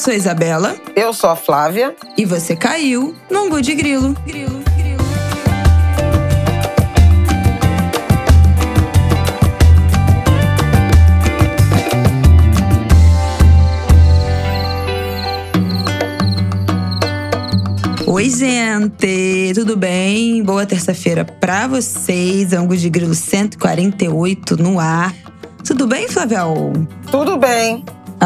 sou a Isabela. Eu sou a Flávia. E você caiu no Angu de Grilo. Oi, gente! Tudo bem? Boa terça-feira pra vocês. Angu de Grilo 148 no ar. Tudo bem, Flávia? Tudo bem.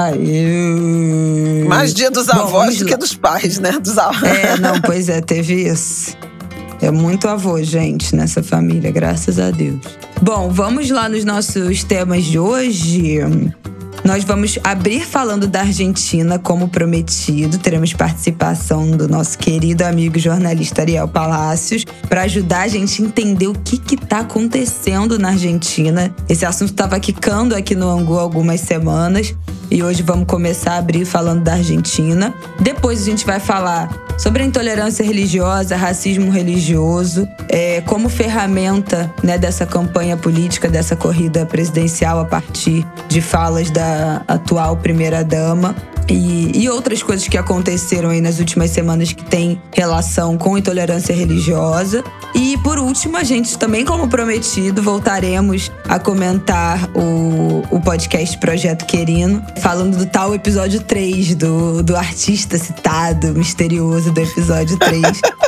Aê! Mais dia dos avós do que dos pais, né? Pois é, teve isso. É muito avô, gente, nessa família, graças a Deus. Bom, vamos lá nos nossos temas de hoje. Nós vamos abrir falando da Argentina, como prometido. Teremos participação do nosso querido amigo jornalista Ariel Palacios para ajudar a gente a entender o que está acontecendo na Argentina. Esse assunto estava quicando aqui no Angu há algumas semanas e hoje vamos começar a abrir falando da Argentina. Depois a gente vai falar sobre a intolerância religiosa, racismo religioso, como ferramenta, né, dessa campanha política, dessa corrida presidencial a partir de falas da atual primeira-dama e outras coisas que aconteceram aí nas últimas semanas que tem relação com intolerância religiosa. E por último, a gente também, como prometido, voltaremos a comentar o podcast Projeto Querino, falando do tal episódio 3, do artista citado, misterioso do episódio 3.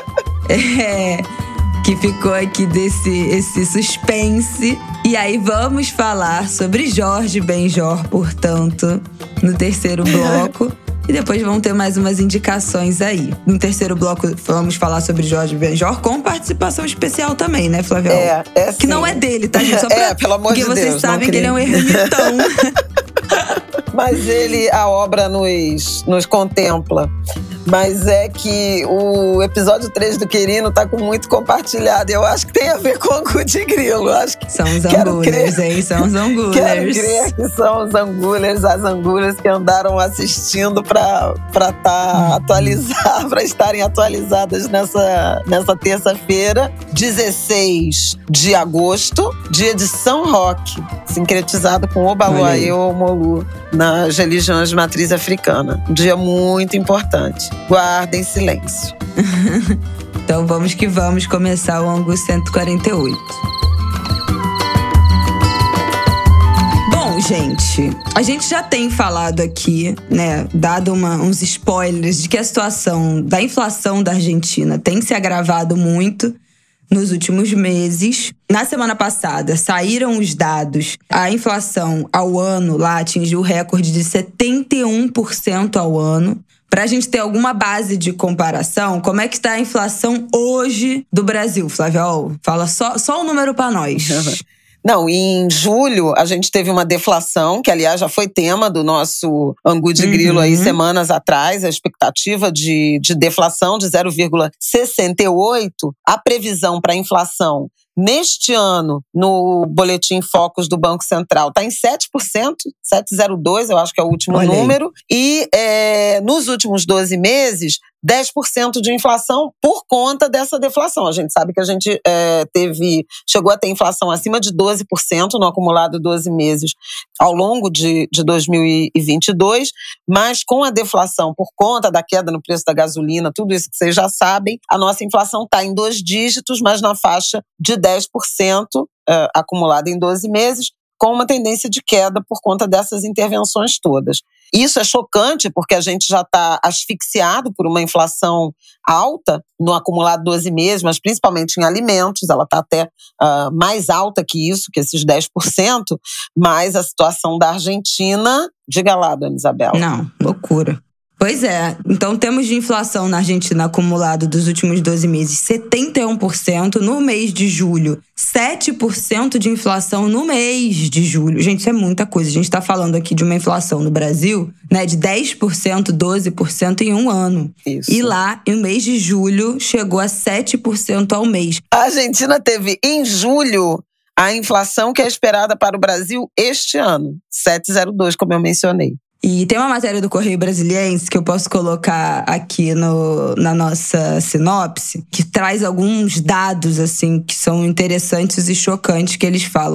Que ficou aqui esse suspense. E aí vamos falar sobre Jorge Benjor, portanto, no terceiro bloco. E depois vão ter mais umas indicações aí. No terceiro bloco vamos falar sobre Jorge Benjor, com participação especial também, né, Flávia? Sim. Que não é dele, tá, gente? Só pra... pelo amor de Deus. Porque vocês sabem que ele é um ermitão. Mas a obra nos contempla. Mas é que o episódio 3 do Querino tá com muito compartilhado. Eu acho que tem a ver com o Angu de Grilo. Acho que são os angulers, hein? São os angulers. Quero crer que são os angulers, as angulers que andaram assistindo pra atualizar, pra estarem atualizadas nessa terça-feira, 16 de agosto, dia de São Roque, sincretizado com Obaluayê ou Molu, nas religiões de matriz africana. Um dia muito importante. Guardem silêncio. Então vamos que vamos começar o Angu 148. Bom, gente, a gente já tem falado aqui, né, dado uns spoilers de que a situação da inflação da Argentina tem se agravado muito nos últimos meses. Na semana passada, saíram os dados. A inflação ao ano lá atingiu o recorde de 71% ao ano. Pra gente ter alguma base de comparação, como é que está a inflação hoje do Brasil, Flávia? Fala só o número pra nós. Não, em julho a gente teve uma deflação, que aliás já foi tema do nosso Angu de Grilo aí semanas atrás, a expectativa de deflação de 0,68%. A previsão para a inflação neste ano, no Boletim Focus do Banco Central, está em 7%, 7,02%, eu acho que é o último número. E nos últimos 12 meses, 10% de inflação por conta dessa deflação. A gente sabe que a gente chegou a ter inflação acima de 12% no acumulado 12 meses ao longo de 2022, mas com a deflação por conta da queda no preço da gasolina, tudo isso que vocês já sabem, a nossa inflação está em 2 dígitos, mas na faixa de 10% acumulada em 12 meses, com uma tendência de queda por conta dessas intervenções todas. Isso é chocante porque a gente já está asfixiado por uma inflação alta no acumulado 12 meses, mas principalmente em alimentos. Ela está até mais alta que isso, que esses 10%, mas a situação da Argentina... Diga lá, dona Isabela. Não, loucura. Pois é, então temos de inflação na Argentina acumulado dos últimos 12 meses 71%, no mês de julho 7% de inflação no mês de julho. Gente, isso é muita coisa. A gente está falando aqui de uma inflação no Brasil, né, de 10%, 12% em um ano. Isso. E lá, no mês de julho, chegou a 7% ao mês. A Argentina teve, em julho, a inflação que é esperada para o Brasil este ano, 7,02%, como eu mencionei. E tem uma matéria do Correio Brasiliense que eu posso colocar aqui na nossa sinopse, que traz alguns dados assim que são interessantes e chocantes, que eles falam.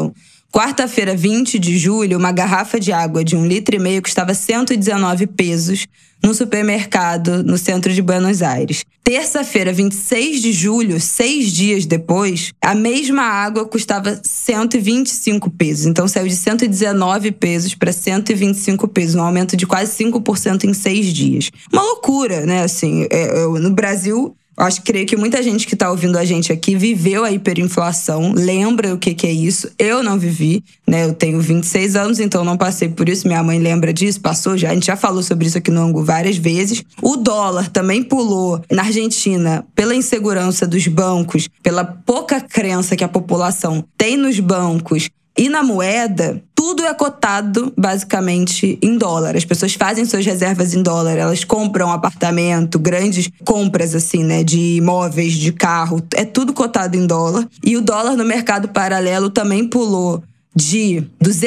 Quarta-feira, 20 de julho, uma garrafa de água de 1,5 litro custava 119 pesos num supermercado no centro de Buenos Aires. Terça-feira, 26 de julho, 6 dias depois, a mesma água custava 125 pesos. Então, saiu de 119 pesos para 125 pesos, um aumento de quase 5% em 6 dias. Uma loucura, né? Assim, no Brasil, creio que muita gente que está ouvindo a gente aqui viveu a hiperinflação, lembra o que é isso. Eu não vivi, né? Eu tenho 26 anos, então não passei por isso. Minha mãe lembra disso, passou já. A gente já falou sobre isso aqui no Angu várias vezes. O dólar também pulou na Argentina pela insegurança dos bancos, pela pouca crença que a população tem nos bancos e na moeda. Tudo é cotado, basicamente, em dólar. As pessoas fazem suas reservas em dólar, elas compram apartamento, grandes compras, assim, né, de imóveis, de carro. É tudo cotado em dólar. E o dólar no mercado paralelo também pulou de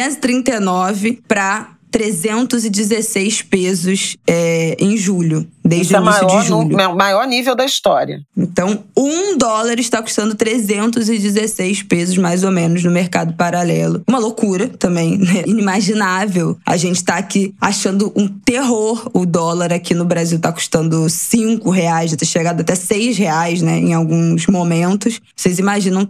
239 para 316 pesos em julho, desde o início de julho. É o maior nível da história. Então, $1 está custando 316 pesos, mais ou menos, no mercado paralelo. Uma loucura também, né? Inimaginável. A gente tá aqui achando um terror. O dólar aqui no Brasil tá custando R$5, já ter chegado até R$6, né? Em alguns momentos. Vocês imaginam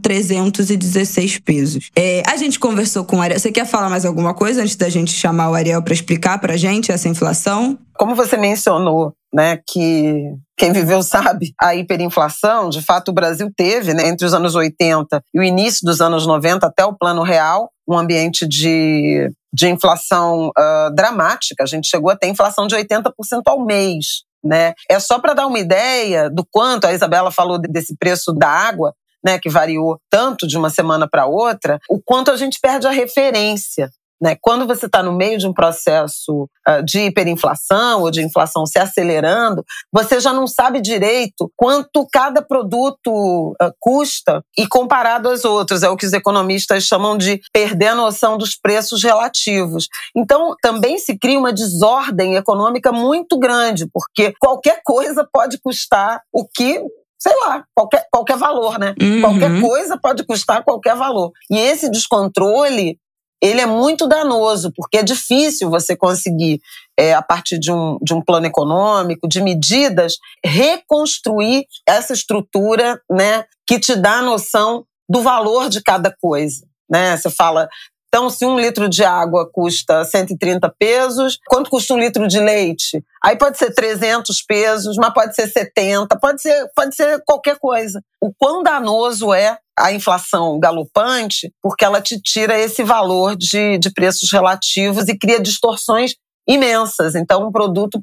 316 pesos. A gente conversou com o Ariel. Você quer falar mais alguma coisa antes da gente chamar o Ariel para explicar pra gente essa inflação? Como você mencionou, né, que quem viveu sabe, a hiperinflação, de fato o Brasil teve, né, entre os anos 80 e o início dos anos 90, até o Plano Real, um ambiente de inflação dramática. A gente chegou a ter inflação de 80% ao mês, né? É só para dar uma ideia do quanto, a Isabela falou desse preço da água, né, que variou tanto de uma semana para outra, o quanto a gente perde a referência. Né? Quando você está no meio de um processo de hiperinflação ou de inflação se acelerando, você já não sabe direito quanto cada produto custa e comparado aos outros. É o que os economistas chamam de perder a noção dos preços relativos. Então, também se cria uma desordem econômica muito grande, porque qualquer coisa pode custar o que... sei lá, qualquer valor, né? Uhum. Qualquer coisa pode custar qualquer valor. E esse descontrole, ele é muito danoso, porque é difícil você conseguir, a partir de um plano econômico, de medidas, reconstruir essa estrutura, né, que te dá a noção do valor de cada coisa. Né? Você fala, então, se 1 litro de água custa 130 pesos, quanto custa 1 litro de leite? Aí pode ser 300 pesos, mas pode ser 70, pode ser qualquer coisa. O quão danoso é a inflação galopante, porque ela te tira esse valor de preços relativos e cria distorções imensas. Então, um produto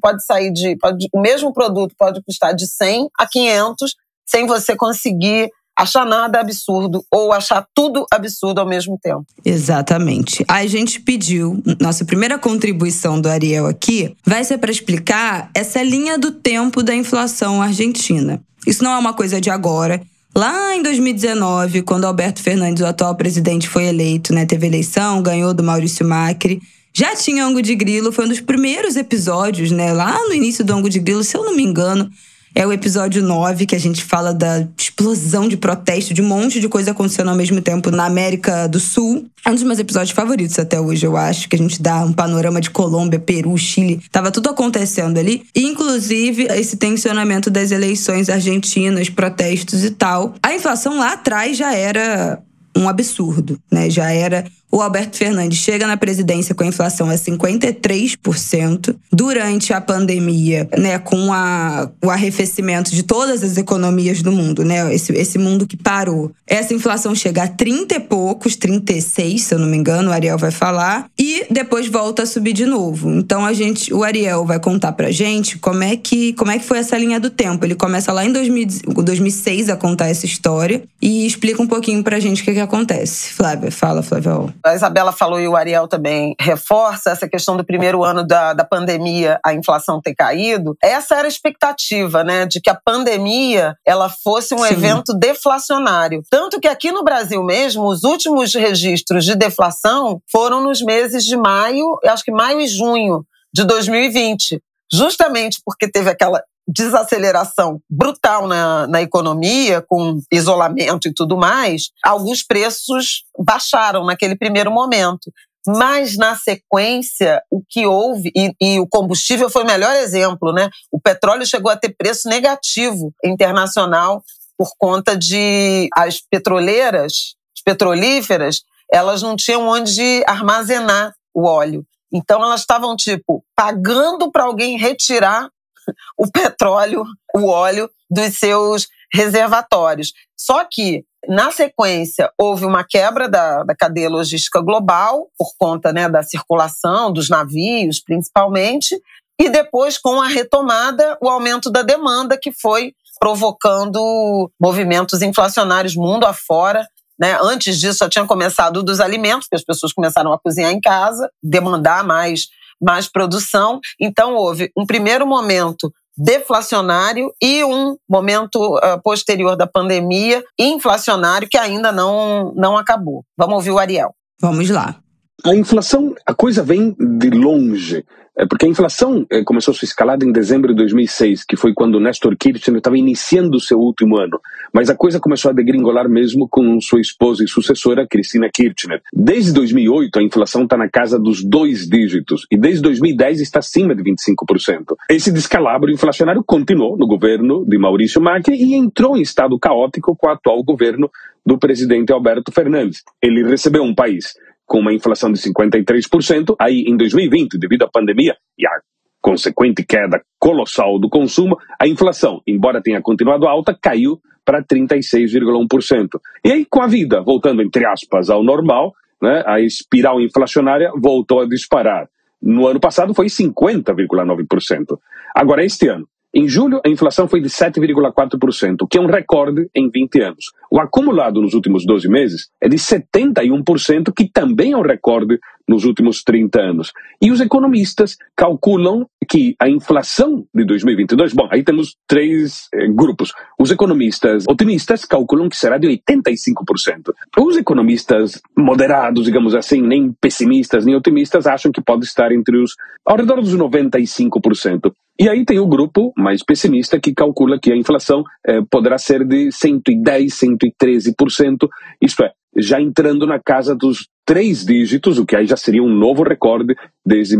o mesmo produto pode custar de 100 a 500 sem você conseguir achar nada absurdo ou achar tudo absurdo ao mesmo tempo. Exatamente. A gente pediu, nossa primeira contribuição do Ariel aqui, vai ser para explicar essa linha do tempo da inflação argentina. Isso não é uma coisa de agora. Lá em 2019, quando Alberto Fernandes, o atual presidente, foi eleito, né, teve eleição, ganhou do Maurício Macri, já tinha Angu de Grilo, foi um dos primeiros episódios, né, lá no início do Angu de Grilo, se eu não me engano, é o episódio 9, que a gente fala da explosão de protesto, de um monte de coisa acontecendo ao mesmo tempo na América do Sul. É um dos meus episódios favoritos até hoje, eu acho, que a gente dá um panorama de Colômbia, Peru, Chile. Tava tudo acontecendo ali. Inclusive, esse tensionamento das eleições argentinas, protestos e tal. A inflação lá atrás já era um absurdo, né? Já era... O Alberto Fernandes chega na presidência com a inflação a 53%. Durante a pandemia, né, com o arrefecimento de todas as economias do mundo, né, esse mundo que parou, essa inflação chega a 30 e poucos, 36, se eu não me engano, o Ariel vai falar, e depois volta a subir de novo. Então o Ariel vai contar pra gente como é que foi essa linha do tempo. Ele começa lá em 2006 a contar essa história e explica um pouquinho pra gente o que acontece. Flávia, fala, Flávia. A Isabela falou e o Ariel também reforça essa questão do primeiro ano da pandemia, a inflação ter caído. Essa era a expectativa, né, de que a pandemia ela fosse um evento deflacionário. Tanto que aqui no Brasil mesmo, os últimos registros de deflação foram nos meses de maio, acho que maio e junho de 2020. Justamente porque teve aquela desaceleração brutal na economia, com isolamento e tudo mais, alguns preços baixaram naquele primeiro momento. Mas, na sequência, o que houve, e o combustível foi o melhor exemplo, né? O petróleo chegou a ter preço negativo internacional por conta de as petroleiras, as petrolíferas, elas não tinham onde armazenar o óleo. Então, elas estavam, pagando para alguém retirar o petróleo, o óleo dos seus reservatórios. Só que, na sequência, houve uma quebra da cadeia logística global, por conta, né, da circulação dos navios, principalmente, e depois, com a retomada, o aumento da demanda, que foi provocando movimentos inflacionários mundo afora, né? Antes disso, já tinha começado dos alimentos, porque as pessoas começaram a cozinhar em casa, demandar mais produção. Então, houve um primeiro momento deflacionário e um momento posterior da pandemia inflacionário que ainda não acabou. Vamos ouvir o Ariel. Vamos lá. A inflação, a coisa vem de longe, porque a inflação começou sua escalada em dezembro de 2006, que foi quando Néstor Kirchner estava iniciando o seu último ano. Mas a coisa começou a degringolar mesmo com sua esposa e sucessora, Cristina Kirchner. Desde 2008, a inflação está na casa dos 2 dígitos, e desde 2010 está acima de 25%. Esse descalabro inflacionário continuou no governo de Maurício Macri e entrou em estado caótico com o atual governo do presidente Alberto Fernandes. Ele recebeu um país com uma inflação de 53%, aí em 2020, devido à pandemia e à consequente queda colossal do consumo, a inflação, embora tenha continuado alta, caiu para 36,1%. E aí, com a vida voltando, entre aspas, ao normal, né, a espiral inflacionária voltou a disparar. No ano passado foi 50,9%. Agora, este ano, em julho, a inflação foi de 7,4%, que é um recorde em 20 anos. O acumulado nos últimos 12 meses é de 71%, que também é um recorde nos últimos 30 anos. E os economistas calculam que a inflação de 2022... Bom, aí temos 3 grupos. Os economistas otimistas calculam que será de 85%. Os economistas moderados, digamos assim, nem pessimistas nem otimistas, acham que pode estar ao redor dos 95%. E aí tem o grupo mais pessimista que calcula que a inflação poderá ser de 110, 113%, isto é, já entrando na casa dos 3 dígitos, o que aí já seria um novo recorde desde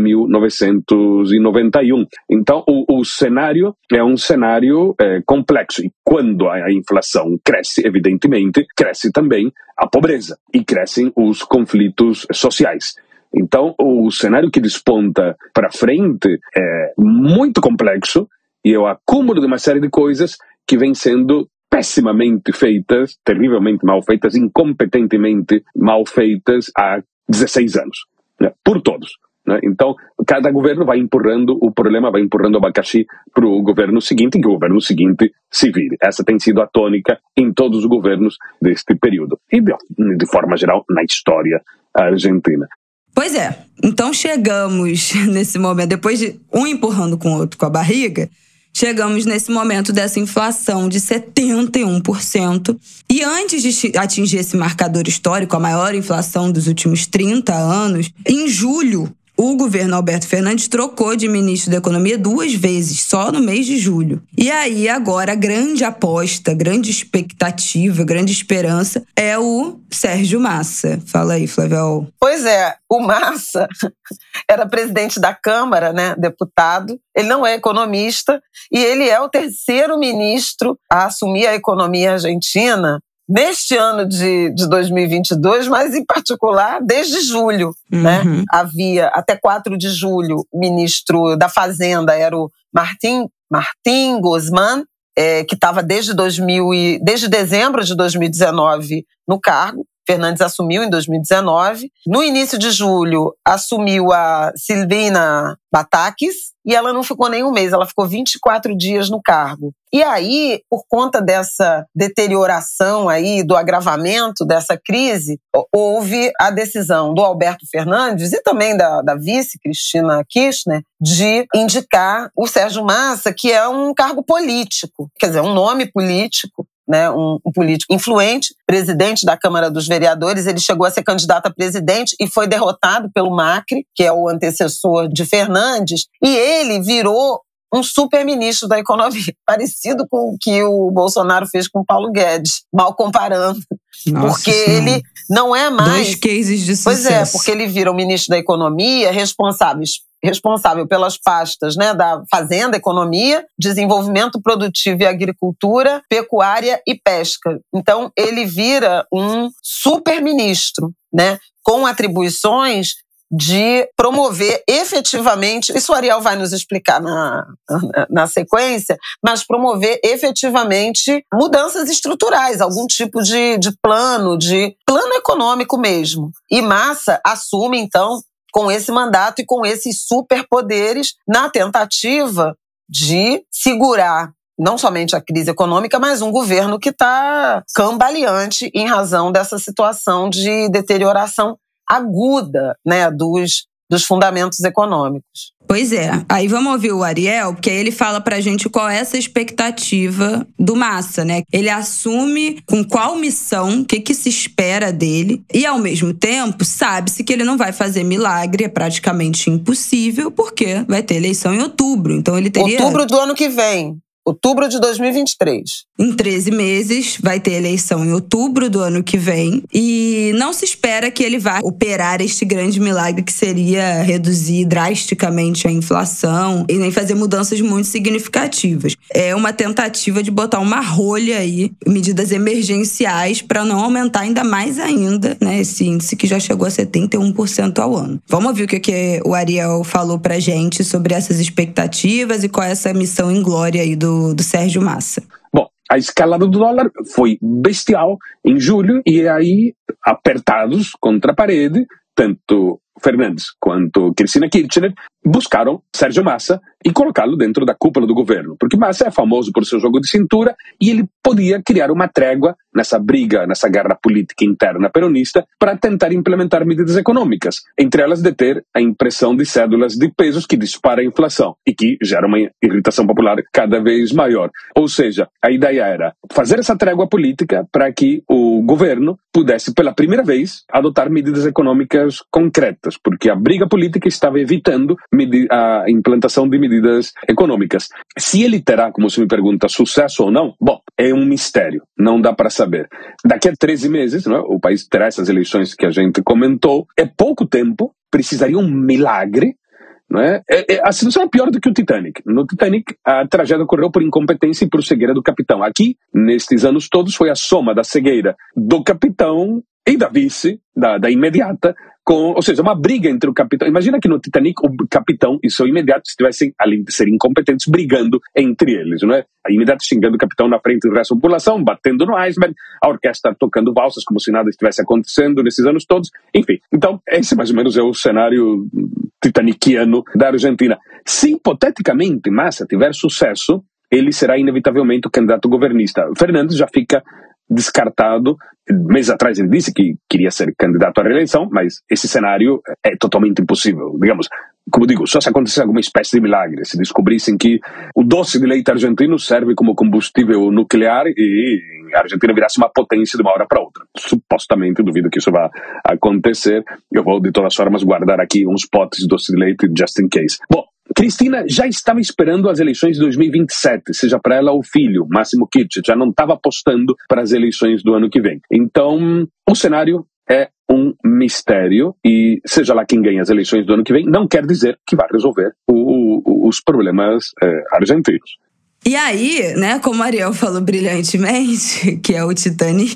1991. Então, o cenário é um cenário complexo. E quando a inflação cresce, evidentemente, cresce também a pobreza e crescem os conflitos sociais. Então, o cenário que desponta para frente é muito complexo e é o acúmulo de uma série de coisas que vem sendo pessimamente feitas, terrivelmente mal feitas, incompetentemente mal feitas há 16 anos, né? Por todos. Né? Então, cada governo vai empurrando o problema, vai empurrando o abacaxi para o governo seguinte, e que o governo seguinte se vire. Essa tem sido a tônica em todos os governos deste período. E, de forma geral, na história argentina. Pois é, então chegamos nesse momento, depois de um empurrando com o outro com a barriga, chegamos nesse momento dessa inflação de 71%. E antes de atingir esse marcador histórico, a maior inflação dos últimos 30 anos, em julho, o governo Alberto Fernandes trocou de ministro da Economia 2 vezes, só no mês de julho. E aí, agora, a grande aposta, grande expectativa, grande esperança é o Sérgio Massa. Fala aí, Flávio. Pois é, o Massa era presidente da Câmara, né, deputado. Ele não é economista e ele é o 3º ministro a assumir a economia argentina neste ano de 2022, mas em particular desde julho. Né? Havia, até 4 de julho, o ministro da Fazenda era o Martín Guzmán, que estava desde dezembro de 2019 no cargo. Fernandes assumiu em 2019. No início de julho, assumiu a Silvina Batakis e ela não ficou nem um mês, ela ficou 24 dias no cargo. E aí, por conta dessa deterioração aí, do agravamento dessa crise, houve a decisão do Alberto Fernandes e também da vice, Cristina Kirchner, de indicar o Sérgio Massa, que é um cargo político, quer dizer, um nome político, né, um político influente, presidente da Câmara dos Vereadores. Ele chegou a ser candidato a presidente e foi derrotado pelo Macri, que é o antecessor de Fernandes, e ele virou um super-ministro da economia, parecido com o que o Bolsonaro fez com o Paulo Guedes, mal comparando. Nossa porque Senhora. Ele não é mais... 2 cases de sucesso. Pois é, porque ele vira o ministro da economia responsável pelas pastas, né, da Fazenda, Economia, Desenvolvimento Produtivo e Agricultura, Pecuária e Pesca. Então, ele vira um super-ministro, né, com atribuições de promover efetivamente, isso o Ariel vai nos explicar na sequência, mas promover efetivamente mudanças estruturais, algum tipo de plano econômico mesmo. E Massa assume, então, com esse mandato e com esses superpoderes na tentativa de segurar não somente a crise econômica, mas um governo que está cambaleante em razão dessa situação de deterioração aguda, né, dos fundamentos econômicos. Pois é. Aí vamos ouvir o Ariel, porque aí ele fala pra gente qual é essa expectativa do Massa, né? Ele assume com qual missão, o que se espera dele, e ao mesmo tempo sabe-se que ele não vai fazer milagre, é praticamente impossível, porque vai ter eleição em outubro. Então ele teria... Outubro do ano que vem. Outubro de 2023. Em 13 meses, vai ter eleição em outubro do ano que vem. E não se espera que ele vá operar este grande milagre que seria reduzir drasticamente a inflação e nem fazer mudanças muito significativas. É uma tentativa de botar uma rolha aí, medidas emergenciais para não aumentar ainda mais ainda, né, esse índice que já chegou a 71% ao ano. Vamos ouvir o que o Ariel falou pra gente sobre essas expectativas e qual é essa missão em glória aí do Sérgio Massa. Bom, a escalada do dólar foi bestial em julho e aí, apertados contra a parede, tanto Fernandes quanto Cristina Kirchner buscaram Sérgio Massa e colocá-lo dentro da cúpula do governo, porque Massa é famoso por seu jogo de cintura e ele podia criar uma trégua nessa briga, nessa guerra política interna peronista para tentar implementar medidas econômicas, entre elas deter a impressão de cédulas de pesos que dispara a inflação e que gera uma irritação popular cada vez maior. Ou seja, a ideia era fazer essa trégua política para que o governo pudesse, pela primeira vez, adotar medidas econômicas concretas, porque a briga política estava evitando a implantação de medidas econômicas. Se ele terá, como se me pergunta, sucesso ou não, bom, é um mistério, não dá para saber. Daqui a 13 meses, não é? O país terá essas eleições que a gente comentou, é pouco tempo, precisaria um milagre, não é? A situação é pior do que o Titanic. No Titanic, a tragédia ocorreu por incompetência e por cegueira do capitão. Aqui, nestes anos todos, foi a soma da cegueira do capitão e da vice, da imediata, ou seja, uma briga entre o capitão. Imagina que no Titanic o capitão e seu imediato estivessem, além de serem incompetentes, brigando entre eles, não é? A imediato xingando o capitão na frente do resto da população, batendo no iceberg, a orquestra tocando valsas como se nada estivesse acontecendo nesses anos todos. Enfim, então esse mais ou menos é o cenário titaniciano da Argentina. Se hipoteticamente Massa tiver sucesso, ele será inevitavelmente o candidato governista. Fernandes já fica descartado. Meses atrás ele disse que queria ser candidato à reeleição, mas esse cenário é totalmente impossível. Digamos, como digo, só se acontecesse alguma espécie de milagre, se descobrissem que o doce de leite argentino serve como combustível nuclear e a Argentina virasse uma potência de uma hora para outra. Supostamente, duvido que isso vá acontecer. Eu vou, de todas formas, guardar aqui uns potes de doce de leite just in case. Bom, Cristina já estava esperando as eleições de 2027, seja para ela ou o filho, Máximo Kirchner, já não estava apostando para as eleições do ano que vem. Então, o cenário é um mistério e seja lá quem ganha as eleições do ano que vem, não quer dizer que vai resolver os problemas argentinos. E aí, né, como a Ariel falou brilhantemente, que é o Titanic,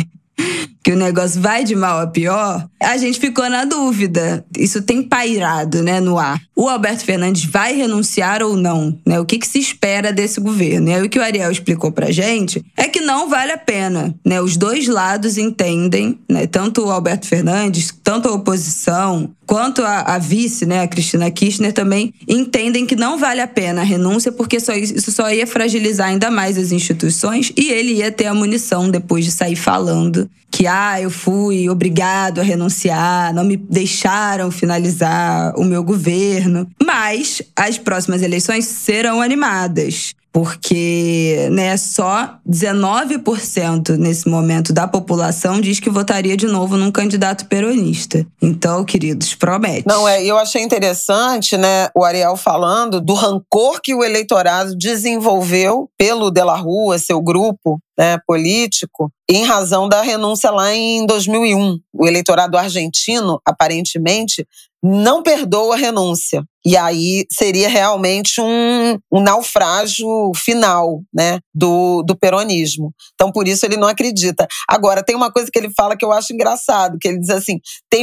que o negócio vai de mal a pior, a gente ficou na dúvida. Isso tem pairado, né, no ar. O Alberto Fernandes vai renunciar ou não? Né? O que se espera desse governo? E aí o que o Ariel explicou pra gente é que não vale a pena. Né? Os dois lados entendem, né, tanto o Alberto Fernandes, tanto a oposição, quanto a vice, né, a Cristina Kirchner, também entendem que não vale a pena a renúncia, porque isso só ia fragilizar ainda mais as instituições e ele ia ter a munição depois de sair falando que eu fui obrigado a renunciar, não me deixaram finalizar o meu governo. Mas as próximas eleições serão animadas. Porque, né, só 19% nesse momento da população diz que votaria de novo num candidato peronista. Então, queridos, promete. Não, eu achei interessante, né, o Ariel falando do rancor que o eleitorado desenvolveu pelo De La Rúa, seu grupo, né, político, em razão da renúncia lá em 2001. O eleitorado argentino, aparentemente, não perdoa a renúncia. E aí seria realmente um naufrágio final, né, do peronismo. Então, por isso, ele não acredita. Agora, tem uma coisa que ele fala que eu acho engraçado, que ele diz assim, tem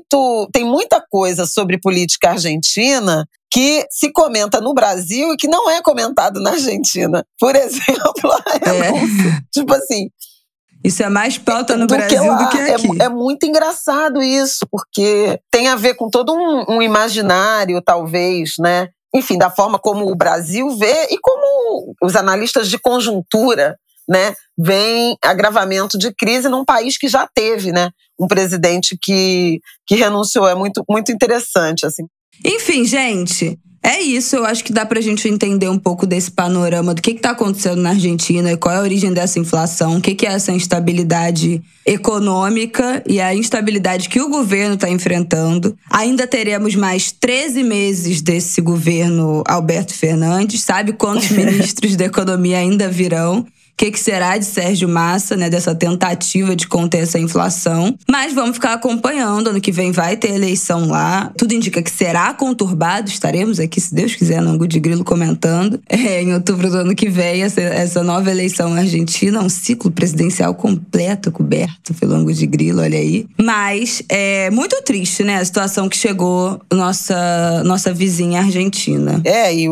muita coisa sobre política argentina que se comenta no Brasil e que não é comentado na Argentina. Por exemplo, a renúncia. Tipo assim... Isso é mais pauta no Brasil do que aqui. É muito engraçado isso, porque tem a ver com todo um imaginário, talvez, né? Enfim, da forma como o Brasil vê e como os analistas de conjuntura, né, veem agravamento de crise num país que já teve, né, um presidente que renunciou. É muito, muito interessante, assim. Enfim, gente... É isso, eu acho que dá pra gente entender um pouco desse panorama do que tá acontecendo na Argentina e qual é a origem dessa inflação, o que é essa instabilidade econômica e a instabilidade que o governo tá enfrentando. Ainda teremos mais 13 meses desse governo Alberto Fernandes, sabe quantos ministros da economia ainda virão? O que será de Sérgio Massa, né, dessa tentativa de conter essa inflação. Mas vamos ficar acompanhando. Ano que vem vai ter eleição lá. Tudo indica que será conturbado. Estaremos aqui, se Deus quiser, no Angu de Grilo comentando. Em outubro do ano que vem, essa nova eleição na Argentina. Um ciclo presidencial completo, coberto pelo Angu de Grilo, olha aí. Mas é muito triste, né, a situação que chegou nossa vizinha argentina. E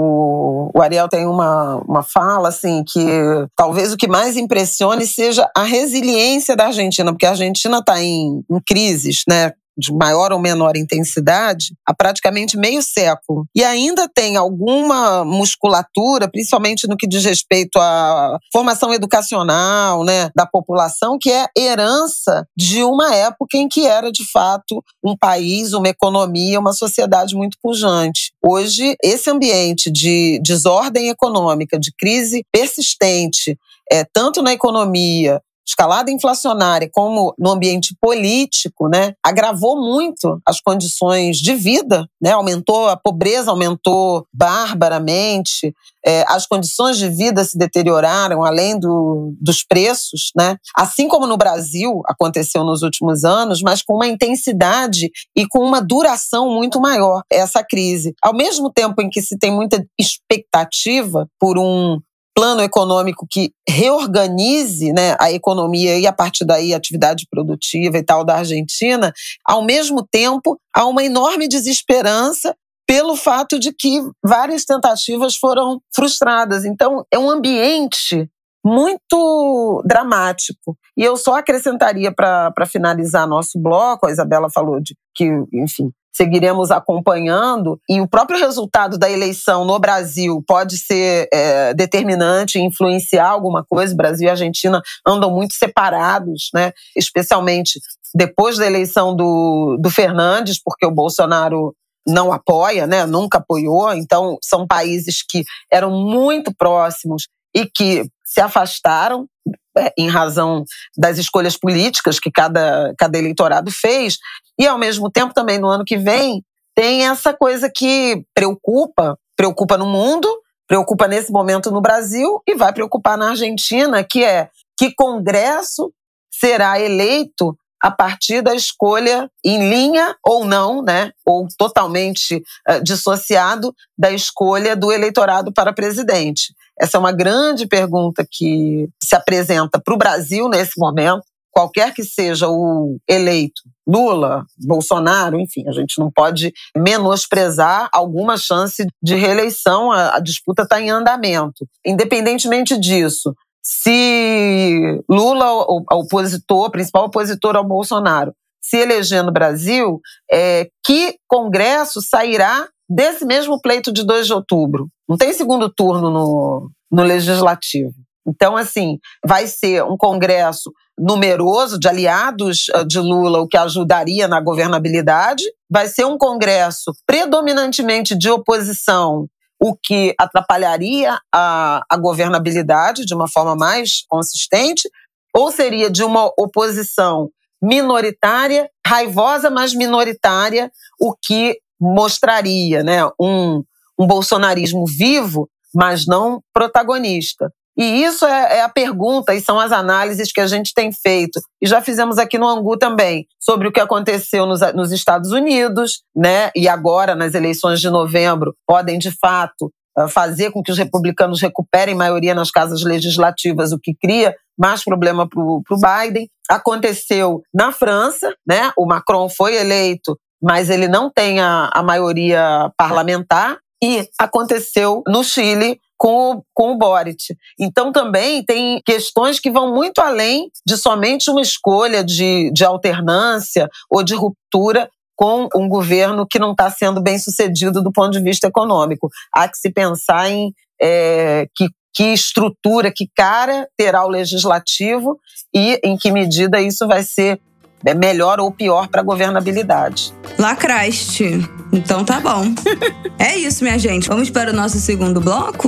o Ariel tem uma fala, assim, que... Talvez o que mais impressione seja a resiliência da Argentina, porque a Argentina está em crises, né, de maior ou menor intensidade, há praticamente meio século. E ainda tem alguma musculatura, principalmente no que diz respeito à formação educacional, né, da população, que é herança de uma época em que era, de fato, um país, uma economia, uma sociedade muito pujante. Hoje, esse ambiente de desordem econômica, de crise persistente, tanto na economia, escalada inflacionária, como no ambiente político, né, agravou muito as condições de vida, né, aumentou a pobreza, aumentou barbaramente, as condições de vida se deterioraram além dos preços, né, assim como no Brasil aconteceu nos últimos anos, mas com uma intensidade e com uma duração muito maior, essa crise. Ao mesmo tempo em que se tem muita expectativa por um plano econômico que reorganize, né, a economia e, a partir daí, a atividade produtiva e tal da Argentina, ao mesmo tempo, há uma enorme desesperança pelo fato de que várias tentativas foram frustradas. Então, é um ambiente muito dramático. E eu só acrescentaria, para finalizar nosso bloco, a Isabela falou de que, enfim, seguiremos acompanhando, e o próprio resultado da eleição no Brasil pode ser determinante, influenciar alguma coisa. O Brasil e a Argentina andam muito separados, né? Especialmente depois da eleição do Fernandes, porque o Bolsonaro não apoia, né? Nunca apoiou. Então, são países que eram muito próximos e que se afastaram em razão das escolhas políticas que cada eleitorado fez. E, ao mesmo tempo, também no ano que vem, tem essa coisa que preocupa no mundo, preocupa nesse momento no Brasil e vai preocupar na Argentina, que é que Congresso será eleito a partir da escolha em linha ou não, né, ou totalmente dissociado da escolha do eleitorado para presidente. Essa é uma grande pergunta que se apresenta para o Brasil nesse momento. Qualquer que seja o eleito, Lula, Bolsonaro, enfim, a gente não pode menosprezar alguma chance de reeleição, a disputa está em andamento. Independentemente disso, se Lula, o principal opositor ao Bolsonaro, se eleger no Brasil, que Congresso sairá desse mesmo pleito de 2 de outubro? Não tem segundo turno no Legislativo. Então, assim, vai ser um Congresso numeroso de aliados de Lula, o que ajudaria na governabilidade. Vai ser um Congresso predominantemente de oposição, o que atrapalharia a governabilidade de uma forma mais consistente, ou seria de uma oposição minoritária, raivosa, mas minoritária, o que mostraria, né, um bolsonarismo vivo, mas não protagonista. E isso é a pergunta, e são as análises que a gente tem feito. E já fizemos aqui no Angu também, sobre o que aconteceu nos Estados Unidos, né? E agora, nas eleições de novembro, podem, de fato, fazer com que os republicanos recuperem maioria nas casas legislativas, o que cria mais problema para o Biden. Aconteceu na França, né? O Macron foi eleito, mas ele não tem a maioria parlamentar. E aconteceu no Chile com o Boric. Então também tem questões que vão muito além de somente uma escolha de alternância ou de ruptura com um governo que não está sendo bem sucedido do ponto de vista econômico. Há que se pensar em que estrutura, que cara terá o legislativo e em que medida isso vai ser melhor ou pior para a governabilidade. Lacraste. Então tá bom. É isso, minha gente. Vamos para o nosso segundo bloco?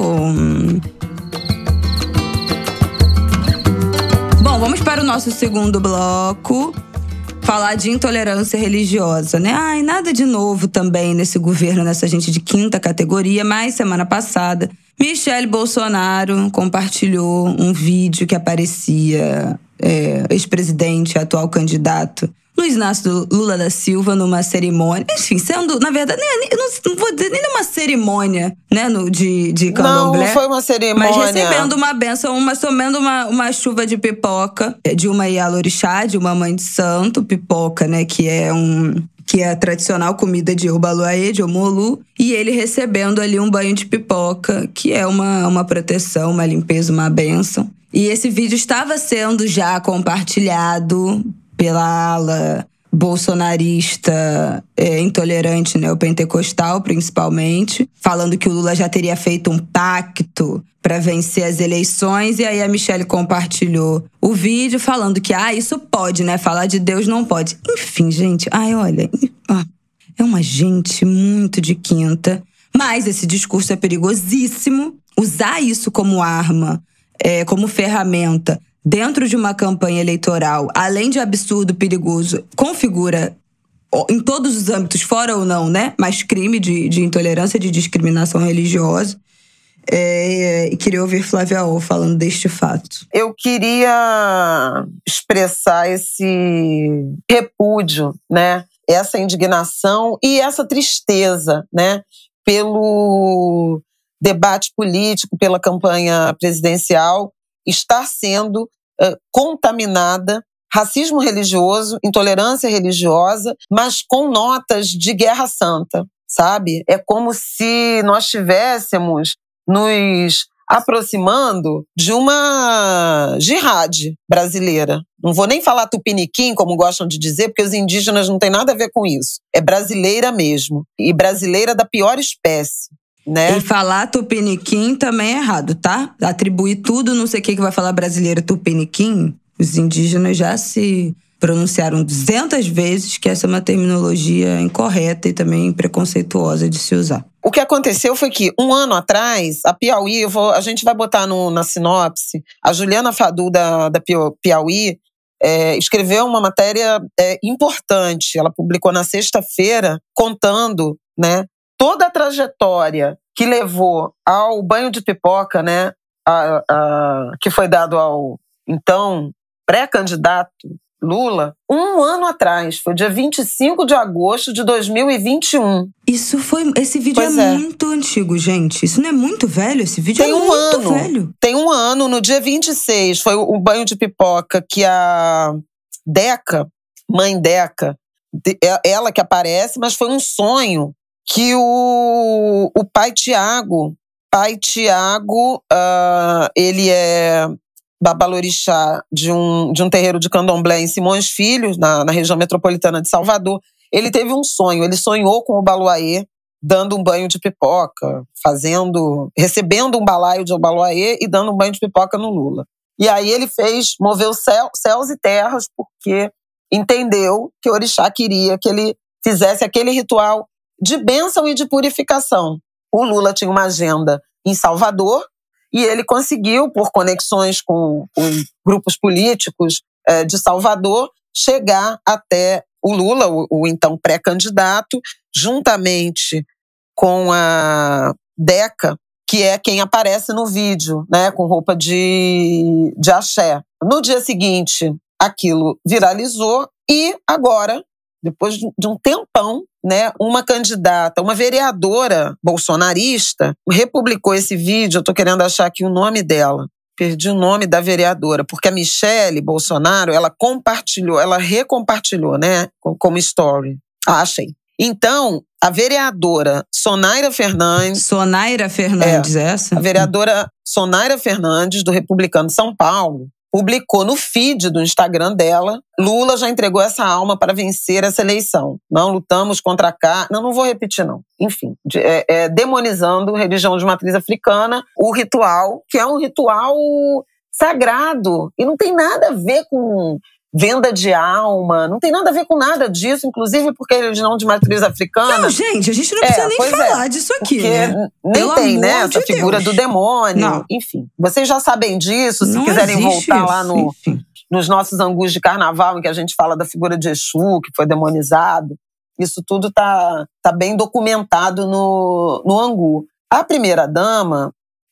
Bom, vamos para o nosso segundo bloco. Falar de intolerância religiosa, né? Ai, nada de novo também nesse governo, nessa gente de quinta categoria, mas semana passada, Michele Bolsonaro compartilhou um vídeo que aparecia ex-presidente, atual candidato Luiz Inácio Lula da Silva numa cerimônia, enfim, sendo, na verdade, eu não vou dizer nem numa cerimônia, né, de candomblé. Não foi uma cerimônia. Mas recebendo uma bênção, comendo uma chuva de pipoca de uma Ialorixá, de uma mãe de santo, pipoca, né, que é a tradicional comida de Obaluaê, de Omolu, e ele recebendo ali um banho de pipoca, que é uma proteção, uma limpeza, uma bênção. E esse vídeo estava sendo já compartilhado pela ala bolsonarista intolerante, neopentecostal, principalmente, falando que o Lula já teria feito um pacto para vencer as eleições, e aí a Michele compartilhou o vídeo falando que, isso pode, né? Falar de Deus não pode. Enfim, gente, olha, é uma gente muito de quinta, mas esse discurso é perigosíssimo. Usar isso como arma, como ferramenta, dentro de uma campanha eleitoral, além de absurdo, perigoso, configura, em todos os âmbitos, fora ou não, né? Mas crime de intolerância, de discriminação religiosa. E queria ouvir Flávia O falando deste fato. Eu queria expressar esse repúdio, né? Essa indignação e essa tristeza, né? Pelo debate político, pela campanha presidencial, estar sendo contaminada, racismo religioso, intolerância religiosa, mas com notas de guerra santa, sabe? É como se nós estivéssemos nos aproximando de uma jihad brasileira. Não vou nem falar tupiniquim, como gostam de dizer, porque os indígenas não têm nada a ver com isso. É brasileira mesmo. E brasileira da pior espécie. Né? E falar tupiniquim também é errado, tá? Atribuir tudo, não sei o que vai falar brasileiro tupiniquim. Os indígenas já se pronunciaram 200 vezes que essa é uma terminologia incorreta e também preconceituosa de se usar. O que aconteceu foi que, um ano atrás, a Piauí, a gente vai botar na sinopse, a Juliana Fadu da Piauí escreveu uma matéria importante. Ela publicou na sexta-feira, contando, né, toda a trajetória que levou ao banho de pipoca, né, que foi dado ao, então, pré-candidato Lula, um ano atrás. Foi dia 25 de agosto de 2021. Esse vídeo muito antigo, gente. Isso não é muito velho? Esse vídeo é muito velho. Tem um ano, no dia 26, foi o banho de pipoca que a Deca, mãe Deca, ela que aparece, mas foi um sonho que o pai Tiago, ele é babalorixá de um terreiro de candomblé em Simões Filho, na região metropolitana de Salvador. Ele teve um sonho, ele sonhou com o Obaluaê, dando um banho de pipoca, recebendo um balaio de Obaluaê e dando um banho de pipoca no Lula. E aí ele moveu céus e terras, porque entendeu que o orixá queria que ele fizesse aquele ritual de bênção e de purificação. O Lula tinha uma agenda em Salvador e ele conseguiu, por conexões com grupos políticos de Salvador, chegar até o Lula, o então pré-candidato, juntamente com a Deca, que é quem aparece no vídeo, né, com roupa de axé. No dia seguinte, aquilo viralizou e agora, depois de um tempão, né, uma candidata, uma vereadora bolsonarista, republicou esse vídeo. Eu estou querendo achar aqui o nome dela. Perdi o nome da vereadora, porque a Michelle Bolsonaro, ela compartilhou, ela recompartilhou, né, como story. Achei. Então, a vereadora Sonaira Fernandes... Sonaira Fernandes, essa? A vereadora Sonaira Fernandes, do Republicano de São Paulo, publicou no feed do Instagram dela: Lula já entregou essa alma para vencer essa eleição. Não lutamos contra a Não vou repetir, não. Enfim, demonizando a religião de matriz africana, o ritual, que é um ritual sagrado. E não tem nada a ver com venda de alma, não tem nada a ver com nada disso, inclusive porque a religião de matriz africana... Não, gente, a gente não precisa nem falar disso aqui, né? Nem Pelo tem, né, amor de essa figura Deus. do demônio. Não. Enfim, vocês já sabem disso, se Não quiserem existe voltar lá isso, nos nossos angus de carnaval, em que a gente fala da figura de Exu, que foi demonizado. Isso tudo tá bem documentado no angu. A primeira-dama,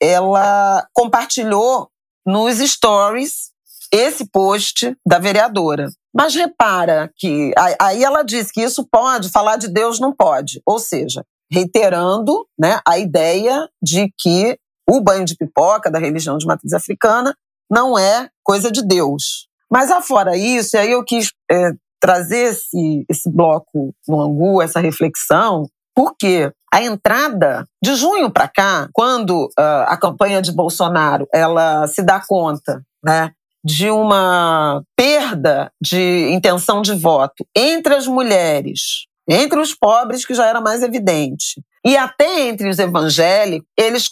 ela compartilhou nos stories esse post da vereadora. Mas repara que aí ela diz que isso pode, falar de Deus não pode. Ou seja, reiterando, né, a ideia de que o banho de pipoca da religião de matriz africana não é coisa de Deus. Mas afora isso, e aí eu quis trazer esse bloco no angu, essa reflexão, porque a entrada de junho para cá, quando a campanha de Bolsonaro ela se dá conta, né, de uma perda de intenção de voto entre as mulheres, entre os pobres, que já era mais evidente, e até entre os evangélicos, eles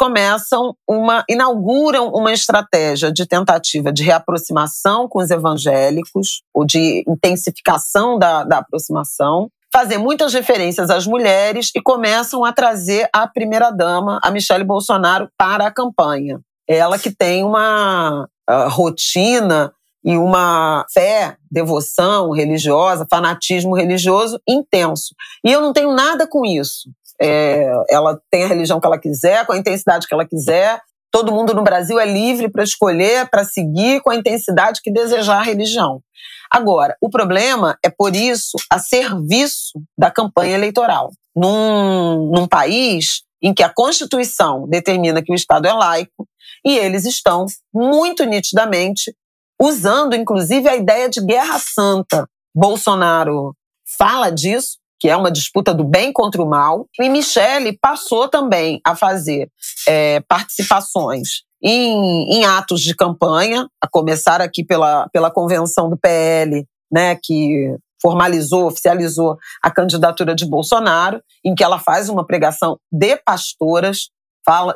inauguram uma estratégia de tentativa de reaproximação com os evangélicos, ou de intensificação da aproximação, fazer muitas referências às mulheres e começam a trazer a primeira-dama, a Michelle Bolsonaro, para a campanha. Ela que tem uma rotina e uma fé, devoção religiosa, fanatismo religioso intenso. E eu não tenho nada com isso. Ela tem a religião que ela quiser, com a intensidade que ela quiser. Todo mundo no Brasil é livre para escolher, para seguir com a intensidade que desejar a religião. Agora, o problema é pôr isso a serviço da campanha eleitoral. Num país em que a Constituição determina que o Estado é laico, e eles estão muito nitidamente usando, inclusive, a ideia de guerra santa. Bolsonaro fala disso, que é uma disputa do bem contra o mal, e Michelle passou também a fazer participações em atos de campanha, a começar aqui pela convenção do PL, né, que oficializou a candidatura de Bolsonaro, em que ela faz uma pregação de pastoras, fala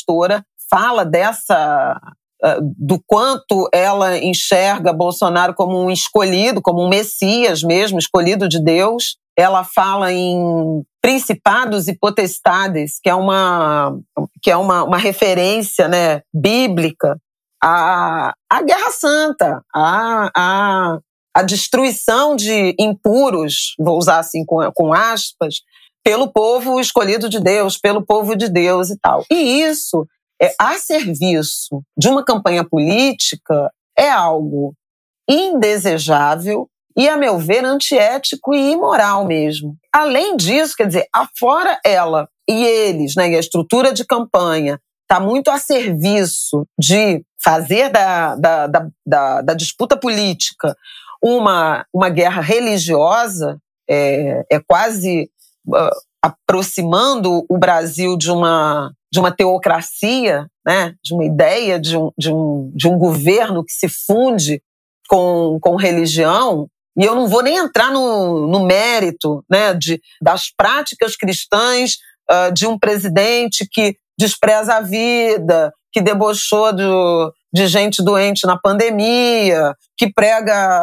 do quanto ela enxerga Bolsonaro como um escolhido, como um Messias mesmo, escolhido de Deus. Ela fala em principados e potestades, que é uma referência, né, bíblica à Guerra Santa, à destruição de impuros, vou usar assim com aspas, pelo povo escolhido de Deus, pelo povo de Deus e tal. E isso, a serviço de uma campanha política, é algo indesejável e, a meu ver, antiético e imoral mesmo. Além disso, quer dizer, afora ela e eles, né, e a estrutura de campanha está muito a serviço de fazer da disputa política uma guerra religiosa, quase aproximando o Brasil de uma teocracia, né, de uma ideia de um governo que se funde com religião. E eu não vou nem entrar no mérito, né, das práticas cristãs de um presidente que despreza a vida, que debochou de gente doente na pandemia, que prega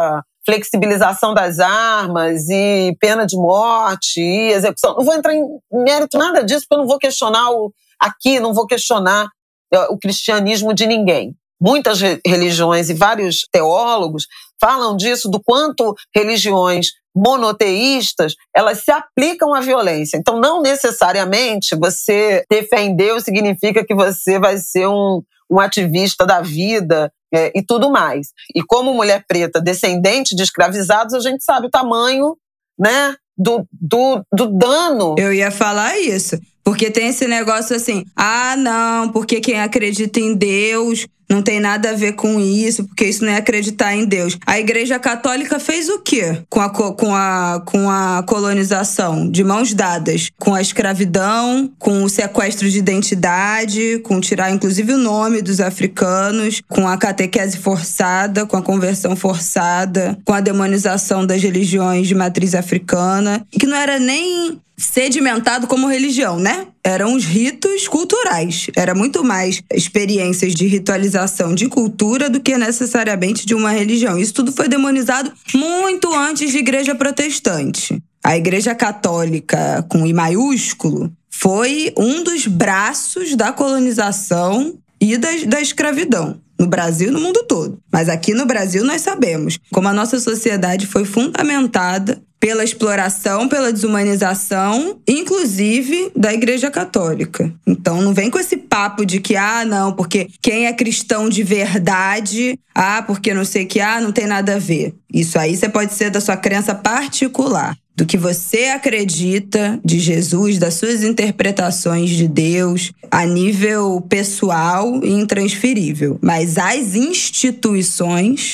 flexibilização das armas e pena de morte e execução. Não vou entrar em mérito nada disso, porque eu não vou questionar não vou questionar o cristianismo de ninguém. Muitas religiões e vários teólogos falam disso, do quanto religiões monoteístas, elas se aplicam à violência. Então, não necessariamente você ter fé em Deus significa que você vai ser um ativista da vida e tudo mais. E como mulher preta, descendente de escravizados, a gente sabe o tamanho, né, do dano. Eu ia falar isso. Porque tem esse negócio assim, não, porque quem acredita em Deus não tem nada a ver com isso, porque isso não é acreditar em Deus. A Igreja Católica fez o quê com a colonização? De mãos dadas. Com a escravidão, com o sequestro de identidade, com tirar inclusive o nome dos africanos, com a catequese forçada, com a conversão forçada, com a demonização das religiões de matriz africana, que não era nem sedimentado como religião, né? Eram os ritos culturais. Era muito mais experiências de ritualização de cultura do que necessariamente de uma religião. Isso tudo foi demonizado muito antes de igreja protestante. A Igreja Católica, com I maiúsculo, foi um dos braços da colonização e da escravidão. No Brasil e no mundo todo. Mas aqui no Brasil nós sabemos como a nossa sociedade foi fundamentada pela exploração, pela desumanização, inclusive da Igreja Católica. Então não vem com esse papo de que, não, porque quem é cristão de verdade, porque não sei o que, não tem nada a ver. Isso aí você pode ser da sua crença particular, do que você acredita de Jesus, das suas interpretações de Deus, a nível pessoal e intransferível. Mas as instituições,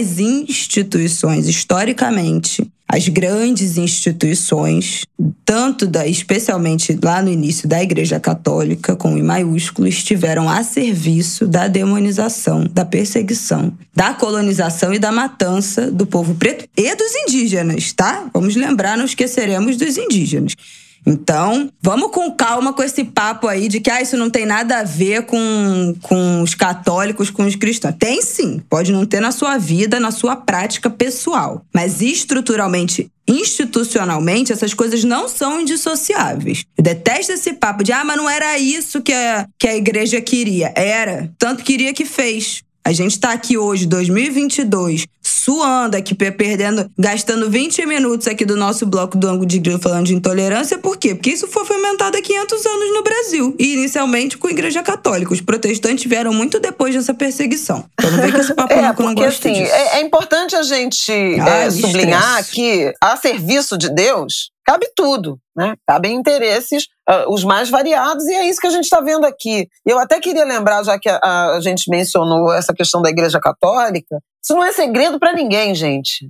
historicamente, as grandes instituições, especialmente lá no início da Igreja Católica, com I maiúsculo, estiveram a serviço da demonização, da perseguição, da colonização e da matança do povo preto e dos indígenas, tá? Vamos lembrar, não esqueceremos dos indígenas. Então, vamos com calma com esse papo aí de que isso não tem nada a ver com os católicos, com os cristãos. Tem sim, pode não ter na sua vida, na sua prática pessoal. Mas estruturalmente, institucionalmente, essas coisas não são indissociáveis. Eu detesto esse papo de mas não era isso que a igreja queria. Era, tanto queria que fez. A gente tá aqui hoje, 2022, suando aqui, gastando 20 minutos aqui do nosso bloco do Ângulo de Grilo falando de intolerância. Por quê? Porque isso foi fomentado há 500 anos no Brasil. E inicialmente com a Igreja Católica. Os protestantes vieram muito depois dessa perseguição. Então não vem com esse papo que eu não gosto disso. É importante a gente sublinhar que, a serviço de Deus, cabe tudo, né? Cabem interesses os mais variados, e é isso que a gente está vendo aqui. Eu até queria lembrar, já que a gente mencionou essa questão da Igreja Católica, isso não é segredo para ninguém, gente.